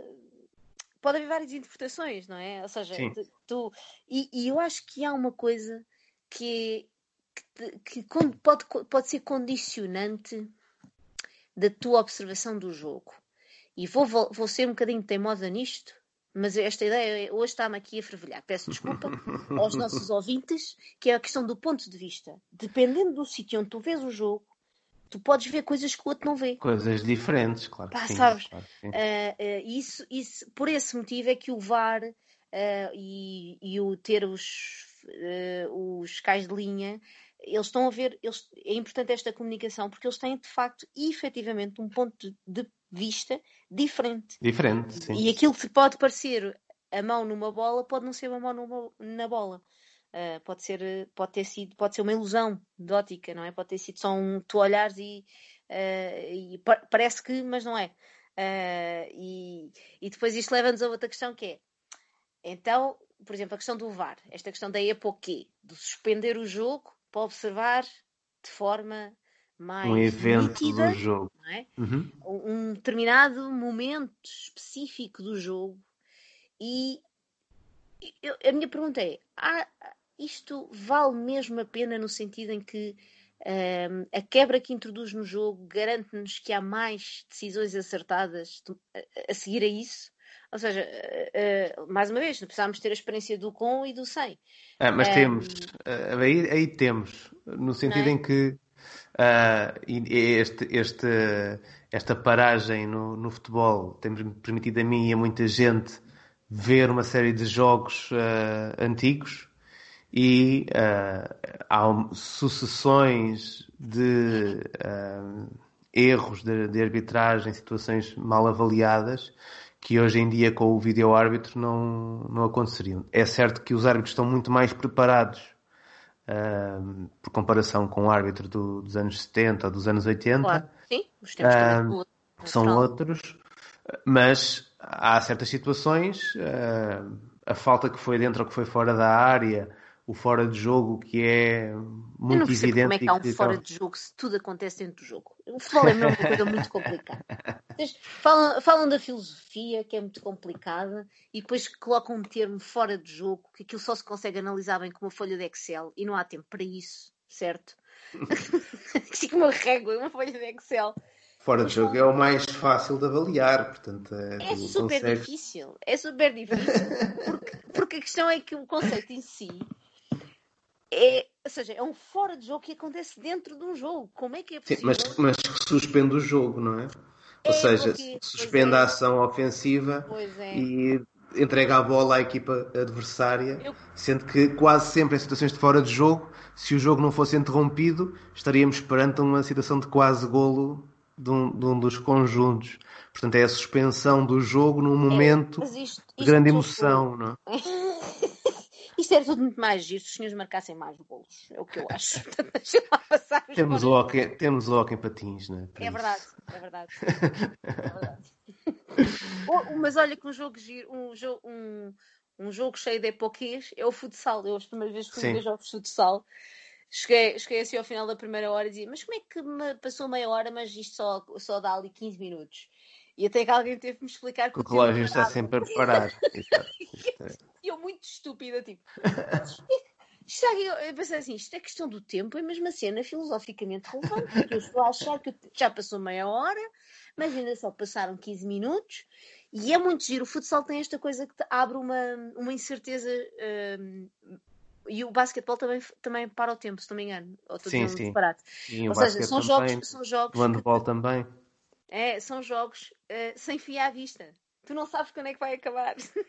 [SPEAKER 4] Pode haver várias interpretações, não é? Ou seja,
[SPEAKER 3] Sim.
[SPEAKER 4] tu, tu- e, e eu acho que há uma coisa que, é- que, que con- pode, pode ser condicionante da tua observação do jogo. E vou, vou, vou ser um bocadinho teimosa nisto, mas esta ideia hoje está-me aqui a fervilhar. Peço desculpa aos nossos ouvintes, que é a questão do ponto de vista. Dependendo do sítio onde tu vês o jogo, tu podes ver coisas que o outro não vê.
[SPEAKER 3] Coisas diferentes, claro que
[SPEAKER 4] Pá,
[SPEAKER 3] sim.
[SPEAKER 4] sabes?
[SPEAKER 3] Claro que sim.
[SPEAKER 4] Uh, uh, isso, isso, por esse motivo é que o V A R uh, e, e o ter os, uh, os cais de linha, eles estão a ver, eles, é importante esta comunicação, porque eles têm de facto, efetivamente, um ponto de vista diferente.
[SPEAKER 3] Diferente, sim.
[SPEAKER 4] E aquilo que pode parecer a mão numa bola pode não ser uma mão numa, na bola. Uh, pode ser, pode ter sido, pode ser uma ilusão de ótica, não é? Pode ter sido só um tu olhares e, uh, e pa- parece que, mas não é. Uh, e, e depois isto leva-nos a outra questão que é, então, por exemplo, a questão do V A R, esta questão da epoquê, de suspender o jogo para observar de forma
[SPEAKER 3] Um
[SPEAKER 4] mais
[SPEAKER 3] evento do
[SPEAKER 4] nítida,
[SPEAKER 3] jogo.
[SPEAKER 4] não é?
[SPEAKER 3] Uhum.
[SPEAKER 4] Um determinado momento específico do jogo. E eu, a minha pergunta é: há, isto vale mesmo a pena no sentido em que um, a quebra que introduz no jogo garante-nos que há mais decisões acertadas a, a seguir a isso? Ou seja, uh, uh, mais uma vez, precisamos ter a experiência do com e do sem.
[SPEAKER 3] Ah, mas temos,
[SPEAKER 4] Um,
[SPEAKER 3] ah, aí, aí temos, no
[SPEAKER 4] não
[SPEAKER 3] sentido
[SPEAKER 4] é?
[SPEAKER 3] em que ah, e- e este, este, esta paragem no, no futebol tem permitido a mim e a muita gente ver uma série de jogos ah, antigos e ah, há um- sucessões de ah, erros de, de arbitragem, situações mal avaliadas que hoje em dia com o vídeo-árbitro não, não aconteceriam. É certo que os árbitros estão muito mais preparados, uh, por comparação com o árbitro do- dos anos setenta ou dos anos
[SPEAKER 4] Claro,
[SPEAKER 3] oitenta,
[SPEAKER 4] sim, os tempos também
[SPEAKER 3] uh,
[SPEAKER 4] são outros,
[SPEAKER 3] são
[SPEAKER 4] natural.
[SPEAKER 3] outros, mas há certas situações, uh, a falta que foi dentro ou que foi fora da área, o fora de jogo que é
[SPEAKER 4] Eu não
[SPEAKER 3] muito
[SPEAKER 4] percebo como
[SPEAKER 3] evidente
[SPEAKER 4] é que
[SPEAKER 3] e
[SPEAKER 4] há um
[SPEAKER 3] que
[SPEAKER 4] fora
[SPEAKER 3] acaba-
[SPEAKER 4] de jogo se tudo acontece dentro do jogo. O futebol é mesmo uma coisa muito complicada. Vocês falam, falam da filosofia, que é muito complicada, e depois colocam um termo fora de jogo, que aquilo só se consegue analisar bem com uma folha de Excel, e não há tempo para isso, certo? Assim como uma régua, uma folha de Excel.
[SPEAKER 3] fora de
[SPEAKER 4] Depois
[SPEAKER 3] jogo
[SPEAKER 4] falam...
[SPEAKER 3] é o mais fácil de avaliar, portanto, é,
[SPEAKER 4] É
[SPEAKER 3] tu
[SPEAKER 4] super
[SPEAKER 3] consegues.
[SPEAKER 4] difícil, é super difícil, porque, porque a questão é que o conceito em si é, ou seja, é um fora de jogo que acontece dentro de um jogo. Como é que é
[SPEAKER 3] Sim, mas,
[SPEAKER 4] possível?
[SPEAKER 3] mas que suspende o jogo, não é? Ou
[SPEAKER 4] É
[SPEAKER 3] seja,
[SPEAKER 4] porque, pois
[SPEAKER 3] suspende a
[SPEAKER 4] é,
[SPEAKER 3] ação ofensiva
[SPEAKER 4] pois é.
[SPEAKER 3] e entrega a bola à equipa adversária,
[SPEAKER 4] Eu,
[SPEAKER 3] sendo que quase sempre em situações de fora de jogo, se o jogo não fosse interrompido, estaríamos perante uma situação de quase golo de um, de um dos conjuntos. Portanto, é a suspensão do jogo num
[SPEAKER 4] é,
[SPEAKER 3] momento
[SPEAKER 4] mas isto,
[SPEAKER 3] de grande
[SPEAKER 4] isto,
[SPEAKER 3] emoção, não é?
[SPEAKER 4] isto era tudo muito mais giro se os senhores marcassem mais golos. É o que eu acho. Portanto, deixa lá passar os
[SPEAKER 3] Temos o
[SPEAKER 4] foras de
[SPEAKER 3] hóquei,
[SPEAKER 4] jogo.
[SPEAKER 3] temos o hóquei em patins, não é? Para
[SPEAKER 4] É verdade,
[SPEAKER 3] isso.
[SPEAKER 4] é verdade. É verdade. Oh, mas olha que um jogo giro, um, jogo, um, um jogo cheio de epoquês, é o futsal. Eu, as primeiras vezes que fui ver jogos de futsal, cheguei, cheguei assim ao final da primeira hora e dizia, mas como é que me passou meia hora, mas isto só, só dá ali quinze minutos? E até que alguém teve que me explicar que
[SPEAKER 3] o relógio está sempre a parar.
[SPEAKER 4] E eu muito estúpida, tipo... Isto aqui, eu pensei assim, isto é questão do tempo, é mesmo a cena filosoficamente relevante, porque eu estou a achar que já passou meia hora, mas ainda só passaram quinze minutos, e é muito giro. O futsal tem esta coisa que te abre uma, uma incerteza, um, e o basquetebol também, também para o tempo, se não me engano, ou estou
[SPEAKER 3] sim,
[SPEAKER 4] dizendo um
[SPEAKER 3] sim.
[SPEAKER 4] disparate.
[SPEAKER 3] Sim,
[SPEAKER 4] ou seja, são
[SPEAKER 3] também,
[SPEAKER 4] jogos, são jogos
[SPEAKER 3] o handball
[SPEAKER 4] que,
[SPEAKER 3] também.
[SPEAKER 4] É, são jogos uh, sem fio à vista. Tu não sabes quando é que vai acabar.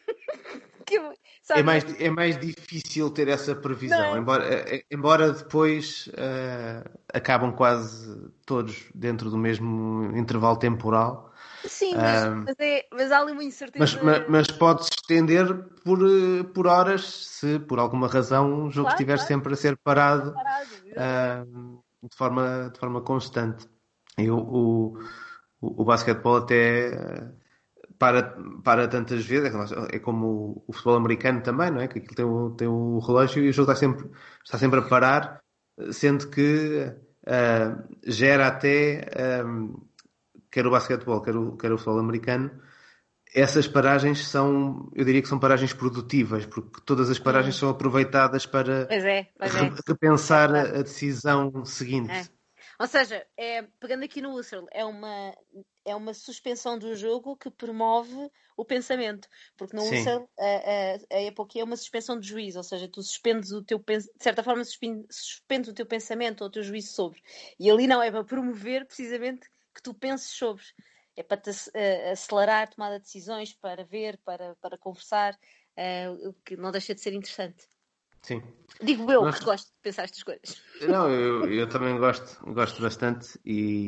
[SPEAKER 4] que,
[SPEAKER 3] é, mais, é mais difícil ter essa previsão, é? embora, embora depois uh, acabam quase todos dentro do mesmo intervalo temporal.
[SPEAKER 4] Sim, mas, um, mas, é, mas há ali uma incerteza.
[SPEAKER 3] Mas, mas, mas pode-se estender por, por horas se por alguma razão o jogo claro, estiver claro. sempre a ser parado, parado uh, de, forma, de forma constante. E o, o, o, o basquetebol até para, para tantas vezes, é como o, o futebol americano também, não é? Que aquilo tem o, tem o relógio e o jogo está sempre, está sempre a parar, sendo que uh, gera até, um, quer o basquetebol, quer o, quer o futebol americano, essas paragens são, eu diria que são paragens produtivas, porque todas as paragens hum. são aproveitadas para
[SPEAKER 4] pois é, pois é.
[SPEAKER 3] repensar é a decisão seguinte.
[SPEAKER 4] É. Ou seja, é, pegando aqui no Husserl, é uma, é uma suspensão do jogo que promove o pensamento. Porque no Sim. Husserl a, a, a epoquia é uma suspensão de juízo, ou seja, tu suspendes o teu de certa forma suspendes o teu pensamento ou o teu juízo sobre. E ali não, é para promover precisamente que tu penses sobre. É para te uh, acelerar a tomada de decisões, para ver, para, para conversar, uh, o que não deixa de ser interessante.
[SPEAKER 3] Sim.
[SPEAKER 4] Digo eu Nós... que gosto de pensar estas coisas.
[SPEAKER 3] Não, eu, eu também gosto, gosto bastante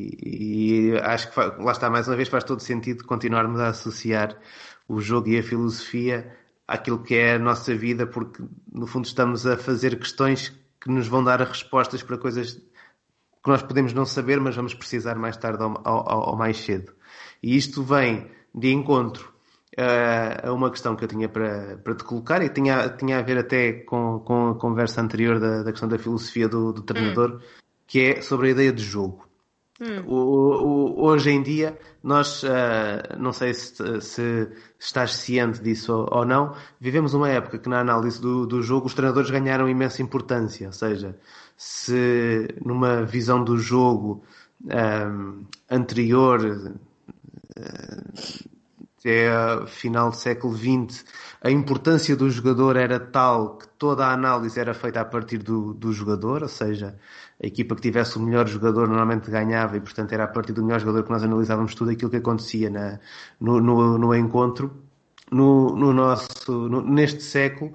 [SPEAKER 3] e, e acho que faz, lá está, mais uma vez faz todo sentido continuarmos a associar o jogo e a filosofia àquilo que é a nossa vida, porque no fundo estamos a fazer questões que nos vão dar respostas para coisas que nós podemos não saber, mas vamos precisar mais tarde ou, ou, ou mais cedo. E isto vem de encontro uh, a uma questão que eu tinha para, para te colocar e tinha, tinha a ver até com, com a conversa anterior da, da questão da filosofia do, do treinador, hum. que é sobre a ideia de jogo. Hum. O, o, hoje em dia, nós, uh, não sei se, se estás ciente disso ou, ou não, vivemos uma época que na análise do, do jogo os treinadores ganharam imensa importância, ou seja, se numa visão do jogo um, anterior até a final do século vinte, a importância do jogador era tal que toda a análise era feita a partir do, do jogador, ou seja, a equipa que tivesse o melhor jogador normalmente ganhava e, portanto, era a partir do melhor jogador que nós analisávamos tudo aquilo que acontecia na, no, no, no encontro. No, no nosso, no, neste século,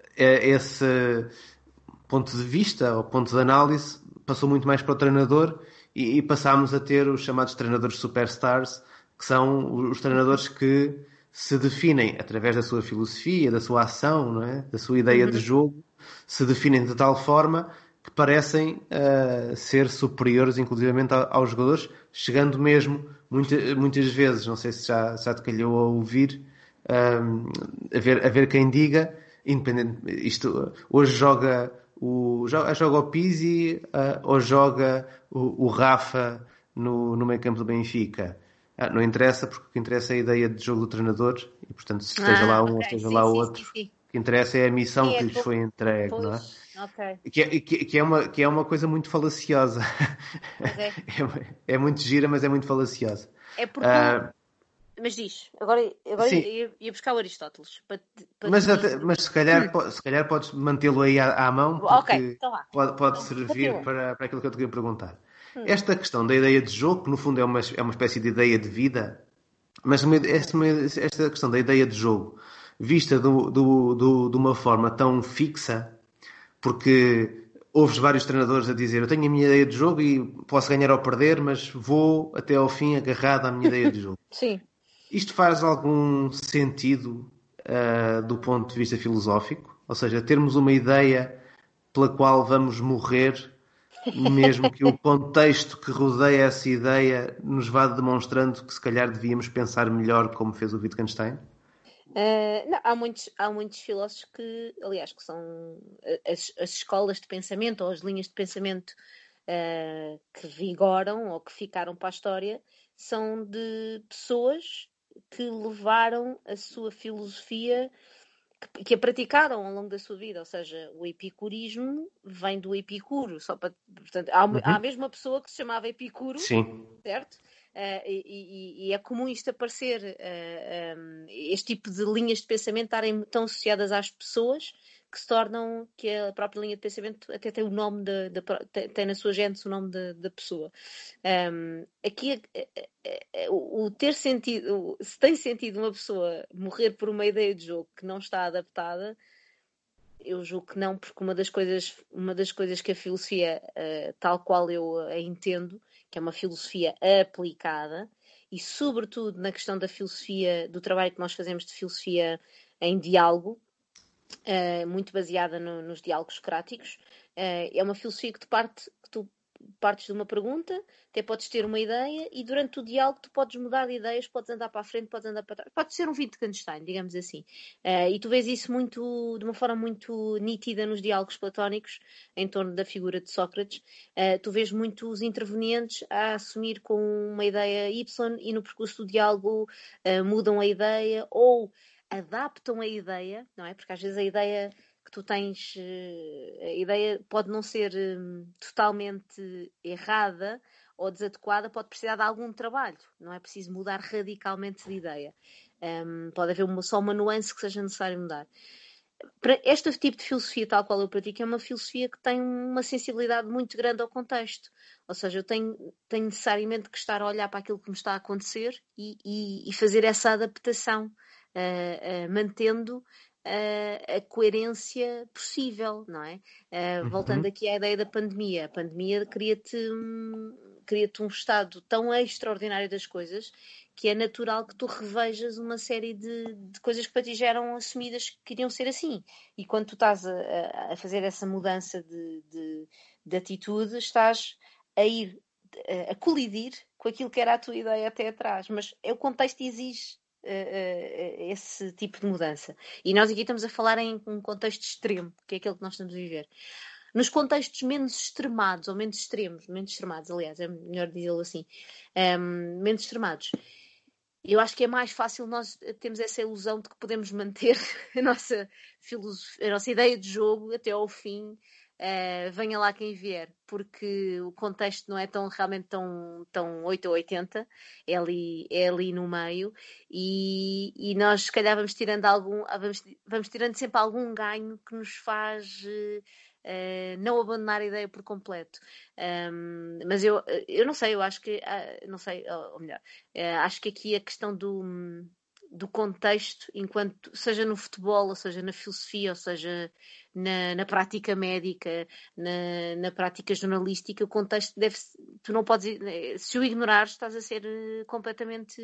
[SPEAKER 3] esse ponto de vista, ou ponto de análise, passou muito mais para o treinador e, e passámos a ter os chamados treinadores superstars, que são os treinadores que se definem através da sua filosofia, da sua ação, não é? Da sua ideia uhum. de jogo, se definem de tal forma que parecem uh, ser superiores, inclusivamente, aos jogadores, chegando mesmo, muita, muitas vezes, não sei se já, já te calhou a ouvir, um, a, ver, a ver quem diga, independente, isto, hoje joga o, joga, joga o Pizzi uh, ou joga o, o Rafa no, no meio campo do Benfica. Ah, não interessa, porque o que interessa é a ideia de jogo do treinador e, portanto, se esteja ah, lá um okay. ou esteja sim, lá sim, outro, sim, sim. o que interessa é a missão sim, que é lhes foi entregue, pois. Não é?
[SPEAKER 4] Okay.
[SPEAKER 3] Que, é, que, que, é uma, que é uma coisa muito falaciosa.
[SPEAKER 4] É.
[SPEAKER 3] é, é muito gira, mas é muito falaciosa.
[SPEAKER 4] É porque... Uh, mas diz, agora, agora ia, ia buscar o Aristóteles. Para, para
[SPEAKER 3] mas, até, mas se calhar, hum. se calhar podes mantê-lo aí à, à mão, porque
[SPEAKER 4] okay, então lá.
[SPEAKER 3] pode, pode
[SPEAKER 4] então,
[SPEAKER 3] servir para, para aquilo que eu te queria perguntar. Esta questão da ideia de jogo, que no fundo é uma, é uma espécie de ideia de vida, mas esta questão da ideia de jogo, vista do, do, do, de uma forma tão fixa, porque ouves vários treinadores a dizer eu tenho a minha ideia de jogo e posso ganhar ou perder, mas vou até ao fim agarrado à minha ideia de jogo.
[SPEAKER 4] Sim.
[SPEAKER 3] Isto faz algum sentido uh, do ponto de vista filosófico? Ou seja, termos uma ideia pela qual vamos morrer, mesmo que o contexto que rodeia essa ideia nos vá demonstrando que se calhar devíamos pensar melhor, como fez o Wittgenstein?
[SPEAKER 4] Uh, não, há, muitos, há muitos filósofos que, aliás, que são as, as escolas de pensamento ou as linhas de pensamento uh, que vigoram ou que ficaram para a história, são de pessoas que levaram a sua filosofia, que, que a praticaram ao longo da sua vida. Ou seja, o epicurismo vem do Epicuro. Só para, portanto, há, uhum. há a mesma pessoa que se chamava Epicuro,
[SPEAKER 3] sim,
[SPEAKER 4] certo? Uh, e, e, e é comum isto aparecer, uh, um, este tipo de linhas de pensamento estarem tão associadas às pessoas que se tornam, que a própria linha de pensamento até tem o nome, de, de, tem, tem na sua gênese o nome da, da pessoa. Um, aqui a, a, a, o ter sentido, se tem sentido uma pessoa morrer por uma ideia de jogo que não está adaptada, eu julgo que não, porque uma das coisas, uma das coisas que a filosofia, uh, tal qual eu a entendo, que é uma filosofia aplicada, e sobretudo na questão da filosofia, do trabalho que nós fazemos de filosofia em diálogo, uh, muito baseada no, nos diálogos socráticos, uh, é uma filosofia que tu, parte, que tu partes de uma pergunta, até podes ter uma ideia, e durante o diálogo tu podes mudar de ideias, podes andar para a frente, podes andar para trás, pode ser um Wittgenstein, digamos assim. Uh, e tu vês isso muito, de uma forma muito nítida nos diálogos platónicos, em torno da figura de Sócrates. Uh, tu vês muitos intervenientes a assumir com uma ideia Y e no percurso do diálogo uh, mudam a ideia ou adaptam a ideia, não é? Porque às vezes a ideia que tu tens, a ideia pode não ser um, totalmente errada ou desadequada, pode precisar de algum trabalho, não é preciso mudar radicalmente de ideia. Um, pode haver uma, só uma nuance que seja necessário mudar. Para este tipo de filosofia tal qual eu pratico, é uma filosofia que tem uma sensibilidade muito grande ao contexto. Ou seja, eu tenho, tenho necessariamente que estar a olhar para aquilo que me está a acontecer e, e, e fazer essa adaptação, uh, uh, mantendo Uh, a coerência possível, não é? Uh, uhum. Voltando aqui à ideia da pandemia. A pandemia cria-te um, cria-te um estado tão extraordinário das coisas que é natural que tu revejas uma série de, de coisas que para ti já eram assumidas que iriam ser assim. E quando tu estás a, a fazer essa mudança de, de, de atitude, estás a ir a, a colidir com aquilo que era a tua ideia até atrás. Mas é o contexto exige Uh, uh, esse tipo de mudança. E nós aqui estamos a falar em um contexto extremo, que é aquele que nós estamos a viver. Nos contextos menos extremados, ou menos extremos, menos extremados, aliás, é melhor dizê-lo assim, um, menos extremados, eu acho que é mais fácil nós termos essa ilusão de que podemos manter a nossa filosofia, a nossa ideia de jogo até ao fim. Uh, venha lá quem vier, porque o contexto não é tão, realmente tão, tão oito ou oitenta, é ali, é ali no meio, e, e nós se calhar vamos tirando algum, vamos, vamos tirando sempre algum ganho que nos faz uh, uh, não abandonar a ideia por completo. Um, mas eu, eu não sei, eu acho que, uh, não sei, ou melhor, uh, acho que aqui a questão do do contexto, enquanto seja no futebol, ou seja na filosofia, ou seja na, na prática médica, na, na prática jornalística, o contexto deve, tu não podes, se o ignorares, estás a ser completamente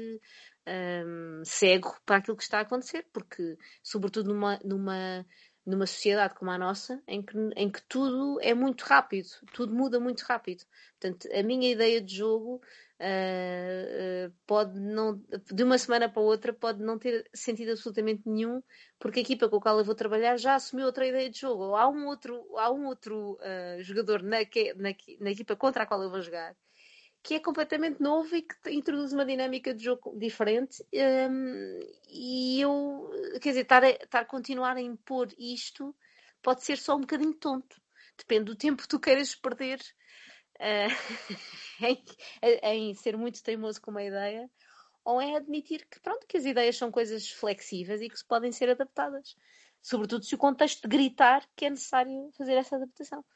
[SPEAKER 4] um, cego para aquilo que está a acontecer, porque sobretudo numa, numa, numa sociedade como a nossa, em que, em que tudo é muito rápido, tudo muda muito rápido. Portanto, a minha ideia de jogo Uh, uh, pode não, de uma semana para outra pode não ter sentido absolutamente nenhum, porque a equipa com a qual eu vou trabalhar já assumiu outra ideia de jogo, ou há um outro, há um outro uh, jogador na, na, na equipa contra a qual eu vou jogar que é completamente novo e que introduz uma dinâmica de jogo diferente, um, e eu, quer dizer, estar a, estar a continuar a impor isto pode ser só um bocadinho tonto, depende do tempo que tu queiras perder Uh, em, em ser muito teimoso com uma ideia, ou em admitir que, pronto, que as ideias são coisas flexíveis e que se podem ser adaptadas, sobretudo se o contexto gritar que é necessário fazer essa adaptação.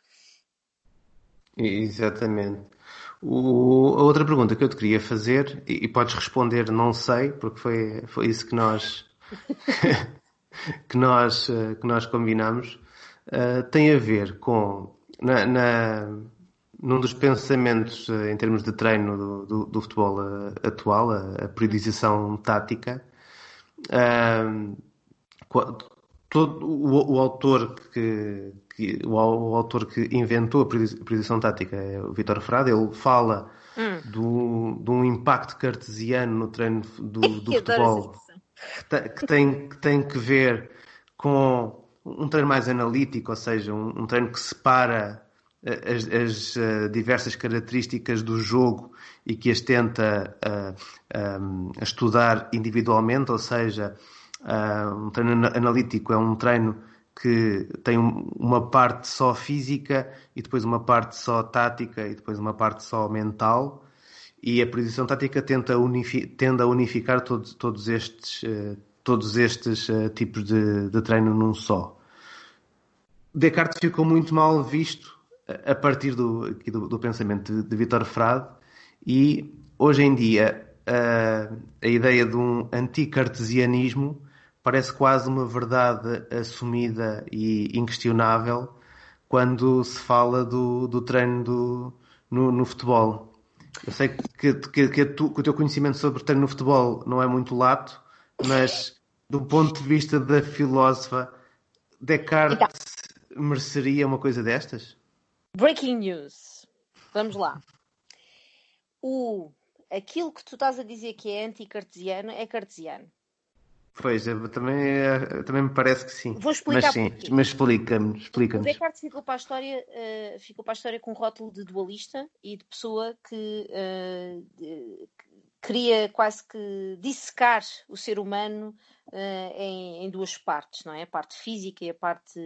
[SPEAKER 3] Exatamente. O, a outra pergunta que eu te queria fazer, e, e podes responder não sei, porque foi, foi isso que nós que nós, que nós combinamos, uh, tem a ver com na, na num dos pensamentos em termos de treino do, do, do futebol atual, a, a periodização tática, um, todo o, o autor que, que o, o autor que inventou a periodização tática é o Vítor Frade. Ele fala hum. do, de um impacto cartesiano no treino do, do futebol que tem, que tem que ver com um treino mais analítico, ou seja, um, um treino que separa as, as uh, diversas características do jogo e que as tenta uh, um, estudar individualmente, ou seja, uh, um treino analítico é um treino que tem um, uma parte só física e depois uma parte só tática e depois uma parte só mental, e a periodização tática tenta unifi- tende a unificar todos, todos estes, uh, todos estes uh, tipos de, de treino num só. Descartes ficou muito mal visto a partir do, aqui do, do pensamento de, de Vítor Frade, e hoje em dia a, a ideia de um anticartesianismo parece quase uma verdade assumida e inquestionável quando se fala do, do treino do, no, no futebol. Eu sei que, que, que, tu, que o teu conhecimento sobre treino no futebol não é muito lato, mas do ponto de vista da filósofa, Descartes então, mereceria uma coisa destas?
[SPEAKER 4] Breaking news. Vamos lá. O, aquilo que tu estás a dizer que é anticartesiano é cartesiano.
[SPEAKER 3] Pois, eu também, também me parece que sim.
[SPEAKER 4] Vou explicar
[SPEAKER 3] mas sim,
[SPEAKER 4] porquê.
[SPEAKER 3] mas explica-me, explica-nos.
[SPEAKER 4] O Descartes ficou para a história, uh, ficou para a história com um rótulo de dualista e de pessoa que uh, de, queria quase que dissecar o ser humano uh, em, em duas partes, não é? A parte física e a parte...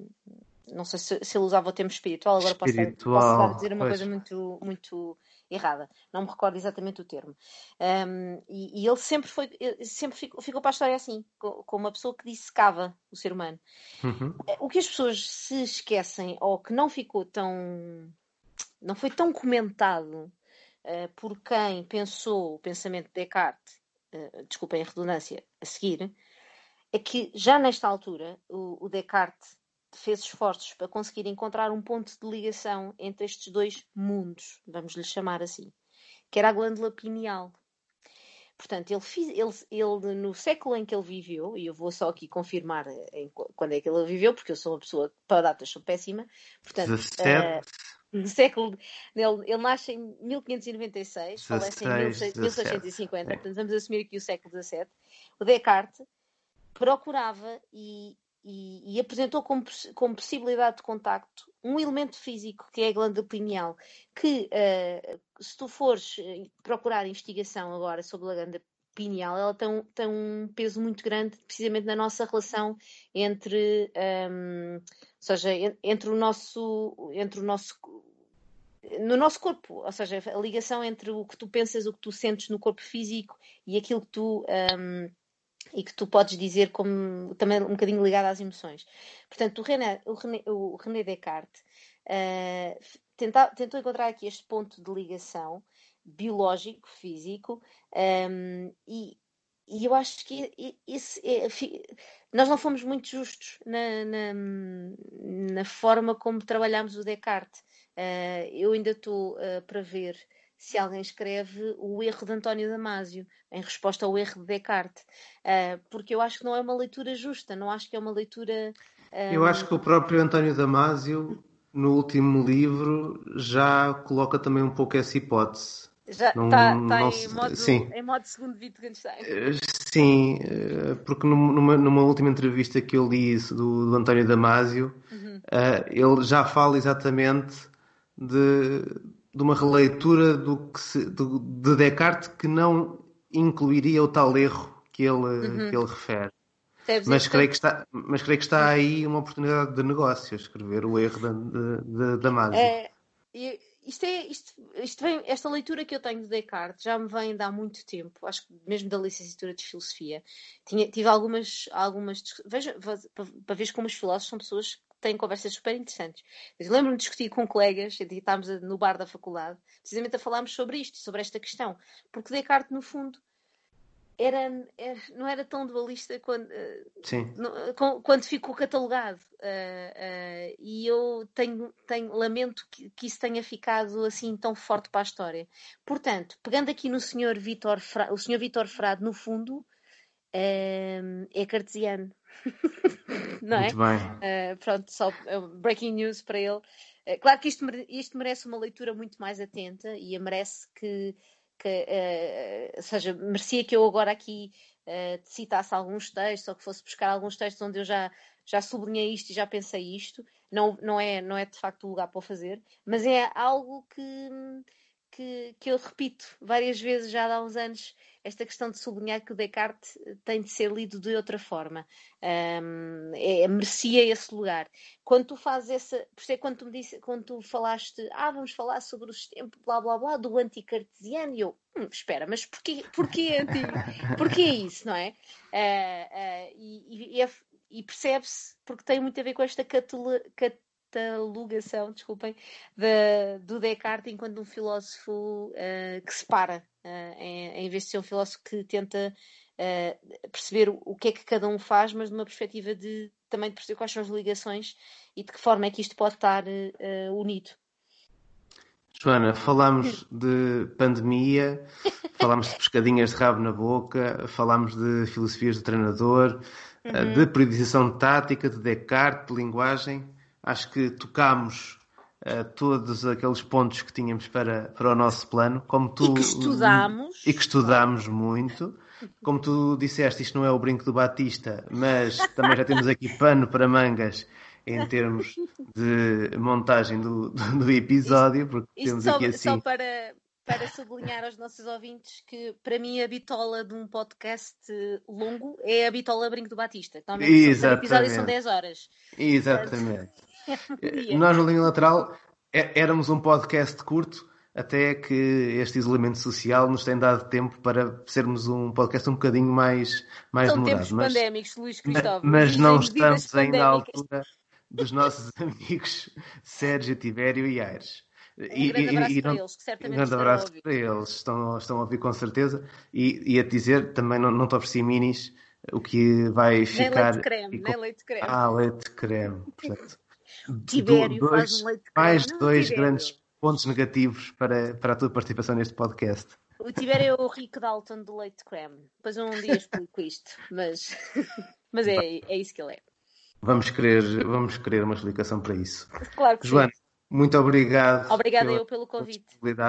[SPEAKER 4] Não sei se, se ele usava o termo espiritual, agora
[SPEAKER 3] espiritual,
[SPEAKER 4] posso, posso estar a dizer uma
[SPEAKER 3] pois.
[SPEAKER 4] coisa muito, muito errada. Não me recordo exatamente o termo. Um, e, e ele sempre, foi, sempre ficou, ficou para a história assim, como uma pessoa que dissecava o ser humano.
[SPEAKER 3] Uhum.
[SPEAKER 4] O que as pessoas se esquecem, ou que não ficou tão... não foi tão comentado uh, por quem pensou o pensamento de Descartes, uh, desculpem a redundância, a seguir, é que já nesta altura o, o Descartes fez esforços para conseguir encontrar um ponto de ligação entre estes dois mundos, vamos lhe chamar assim, que era a glândula pineal. Portanto, ele, fiz, ele, ele no século em que ele viveu, e eu vou só aqui confirmar em, quando é que ele viveu, porque eu sou uma pessoa que para datas sou péssima. Portanto,
[SPEAKER 3] dezassete
[SPEAKER 4] uh, no século, ele, ele nasce em mil quinhentos e noventa e seis, falece em mil seiscentos e cinquenta, é. Portanto vamos assumir aqui o século dezassete. O Descartes procurava e E, e apresentou como, como possibilidade de contacto um elemento físico que é a glândula pineal, que uh, se tu fores procurar investigação agora sobre a glândula pineal, ela tem, tem um peso muito grande precisamente na nossa relação entre, um, ou seja, entre o nosso, entre o nosso no nosso corpo, ou seja, a ligação entre o que tu pensas, o que tu sentes no corpo físico e aquilo que tu um, e que tu podes dizer como também um bocadinho ligado às emoções. Portanto, o René, o René, o René Descartes uh, tenta, tentou encontrar aqui este ponto de ligação biológico, físico, um, e, e eu acho que esse é, nós não fomos muito justos na, na, na forma como trabalhámos o Descartes. Uh, eu ainda estou uh, para ver se alguém escreve o erro de António Damasio em resposta ao erro de Descartes, uh, porque eu acho que não é uma leitura justa, não acho que é uma leitura... Um...
[SPEAKER 3] Eu acho que o próprio António Damasio, no último livro, já coloca também um pouco essa hipótese.
[SPEAKER 4] Já está em, em modo segundo Wittgenstein.
[SPEAKER 3] Sim, porque numa, numa última entrevista que eu li do, do António Damasio, uhum. uh, ele já fala exatamente de... de uma releitura do que se, do, de Descartes que não incluiria o tal erro que ele, uhum. que ele refere. Mas creio, que está, mas creio que está aí uma oportunidade de negócio, escrever o erro de, de, de Damasio.
[SPEAKER 4] É, isto é, isto, isto vem, esta leitura que eu tenho de Descartes já me vem de há muito tempo, acho que mesmo da licenciatura de Filosofia. Tinha, tive algumas... algumas veja, para, para ver como os filósofos são pessoas têm conversas super interessantes. Eu lembro-me de discutir com colegas, estávamos no bar da faculdade, precisamente a falarmos sobre isto, sobre esta questão. Porque Descartes, no fundo, era, era, não era tão dualista quando,
[SPEAKER 3] Sim.
[SPEAKER 4] uh, quando ficou catalogado. Uh, uh, e eu tenho, tenho, lamento que, que isso tenha ficado assim tão forte para a história. Portanto, pegando aqui no senhor Vítor Frade, o senhor Vítor Frade, no fundo, uh, é cartesiano. Não
[SPEAKER 3] Muito
[SPEAKER 4] é?
[SPEAKER 3] bem.
[SPEAKER 4] Uh, pronto, só uh, breaking news para ele. Uh, claro que isto, isto merece uma leitura muito mais atenta e merece que, que uh, seja, merecia que eu agora aqui uh, te citasse alguns textos ou que fosse buscar alguns textos onde eu já, já sublinhei isto e já pensei isto. Não, não, é, não é de facto o lugar para o fazer, mas é algo que, que, que eu repito várias vezes já há uns anos, esta questão de sublinhar que o Descartes tem de ser lido de outra forma. Um, é, merecia esse lugar. Quando tu fazes essa... Por isso é quando tu me disse, quando tu falaste, ah, vamos falar sobre o sistema, blá, blá, blá, do anticartesiano, e eu, hum, espera, mas porquê, porquê, anti, porquê isso, não é? Uh, uh, e, e, é, e percebe-se, porque tem muito a ver com esta catalogação, catalogação, desculpem, de, do Descartes enquanto um filósofo uh, que separa, uh, em, em vez de ser um filósofo que tenta uh, perceber o, o que é que cada um faz, mas de uma perspectiva de também de perceber quais são as ligações e de que forma é que isto pode estar uh, unido.
[SPEAKER 3] Joana, falámos de pandemia, falámos de pescadinhas de rabo na boca, falámos de filosofias do treinador, uhum. de periodização de tática, de Descartes, de linguagem. Acho que tocámos uh, todos aqueles pontos que tínhamos para, para o nosso plano. Como tu,
[SPEAKER 4] e que estudámos.
[SPEAKER 3] E que estudámos muito. Como tu disseste, isto não é o brinco do Batista, mas também já temos aqui pano para mangas em termos de montagem do, do, do episódio. Porque
[SPEAKER 4] isto,
[SPEAKER 3] temos
[SPEAKER 4] isto
[SPEAKER 3] aqui
[SPEAKER 4] só,
[SPEAKER 3] assim...
[SPEAKER 4] só para, para sublinhar aos nossos ouvintes que, para mim, a bitola de um podcast longo é a bitola brinco do Batista. Normalmente os episódios são dez horas.
[SPEAKER 3] Exatamente. Nós, no Linha Lateral, éramos um podcast curto, até que este isolamento social nos tem dado tempo para sermos um podcast um bocadinho mais, mais
[SPEAKER 4] São
[SPEAKER 3] demorado.
[SPEAKER 4] Tempos mas, pandémicos, Luís Cristóvão.
[SPEAKER 3] Mas não estamos ainda à altura dos nossos amigos Sérgio, Tibério e Aires.
[SPEAKER 4] Um e, grande abraço e, e, para não, eles, que certamente um grande abraço
[SPEAKER 3] para eles, estão, estão a ouvir com certeza. E, e a dizer, também não, não te ofereci minis, o que vai
[SPEAKER 4] nem
[SPEAKER 3] ficar...
[SPEAKER 4] Leite creme, nem leite creme.
[SPEAKER 3] Ah, leite creme, portanto...
[SPEAKER 4] Tibério do, dois, faz um leite creme.
[SPEAKER 3] Mais
[SPEAKER 4] não,
[SPEAKER 3] dois
[SPEAKER 4] Tibério.
[SPEAKER 3] Grandes pontos negativos para, para a tua participação neste podcast.
[SPEAKER 4] O Tibério é o Rick Dalton do leite creme. Depois um dia explico isto, mas, mas é, é isso que ele é.
[SPEAKER 3] Vamos querer, vamos querer uma explicação para isso.
[SPEAKER 4] Claro que
[SPEAKER 3] Joana,
[SPEAKER 4] sim.
[SPEAKER 3] Muito obrigado.
[SPEAKER 4] Obrigada eu pelo convite.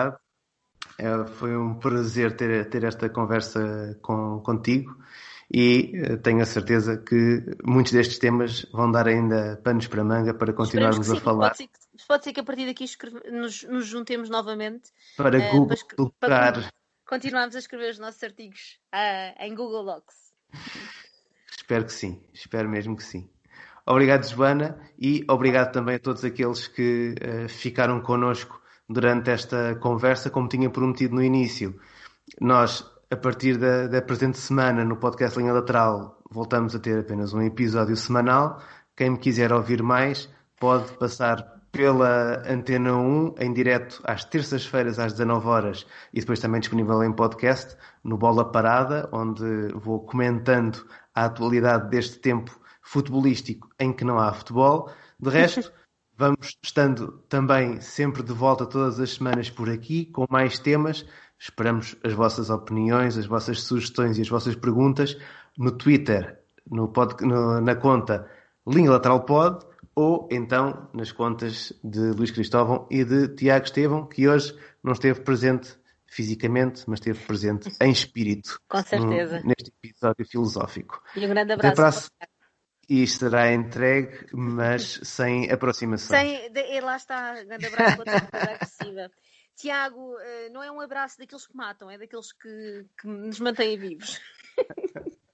[SPEAKER 3] É, foi um prazer ter, ter esta conversa com, contigo e tenho a certeza que muitos destes temas vão dar ainda panos para manga para continuarmos a falar.
[SPEAKER 4] Pode ser, que, pode ser que a partir daqui escreve, nos, nos juntemos novamente
[SPEAKER 3] para uh, Google
[SPEAKER 4] para, para continuarmos a escrever os nossos artigos uh, em Google Docs.
[SPEAKER 3] Espero que sim, espero mesmo que sim. Obrigado, Joana, e obrigado também a todos aqueles que uh, ficaram connosco durante esta conversa, como tinha prometido no início. Nós, a partir da, da presente semana, no podcast Linha Lateral, voltamos a ter apenas um episódio semanal. Quem me quiser ouvir mais, pode passar pela Antena um, em direto às terças-feiras, às dezanove horas, e depois também disponível em podcast, no Bola Parada, onde vou comentando a atualidade deste tempo futebolístico em que não há futebol. De resto, vamos estando também sempre de volta todas as semanas por aqui, com mais temas. Esperamos as vossas opiniões, as vossas sugestões e as vossas perguntas no Twitter, no pod, no, na conta Linha Lateral Pod, ou então nas contas de Luís Cristóvão e de Tiago Estevão, que hoje não esteve presente fisicamente, mas esteve presente em espírito.
[SPEAKER 4] Com certeza.
[SPEAKER 3] No, neste episódio filosófico.
[SPEAKER 4] E um grande abraço.
[SPEAKER 3] E estará entregue, mas sem aproximação.
[SPEAKER 4] Sem, de, lá está, grande abraço para a agressiva. Tiago, não é um abraço daqueles que matam, é daqueles que, que nos mantêm vivos.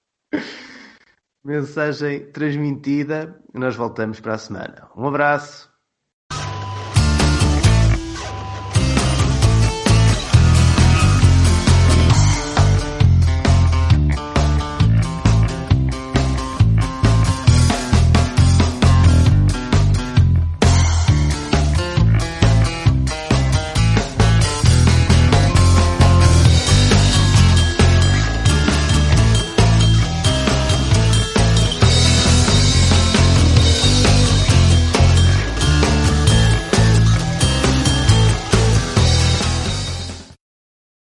[SPEAKER 3] Mensagem transmitida. Nós voltamos para a semana. Um abraço.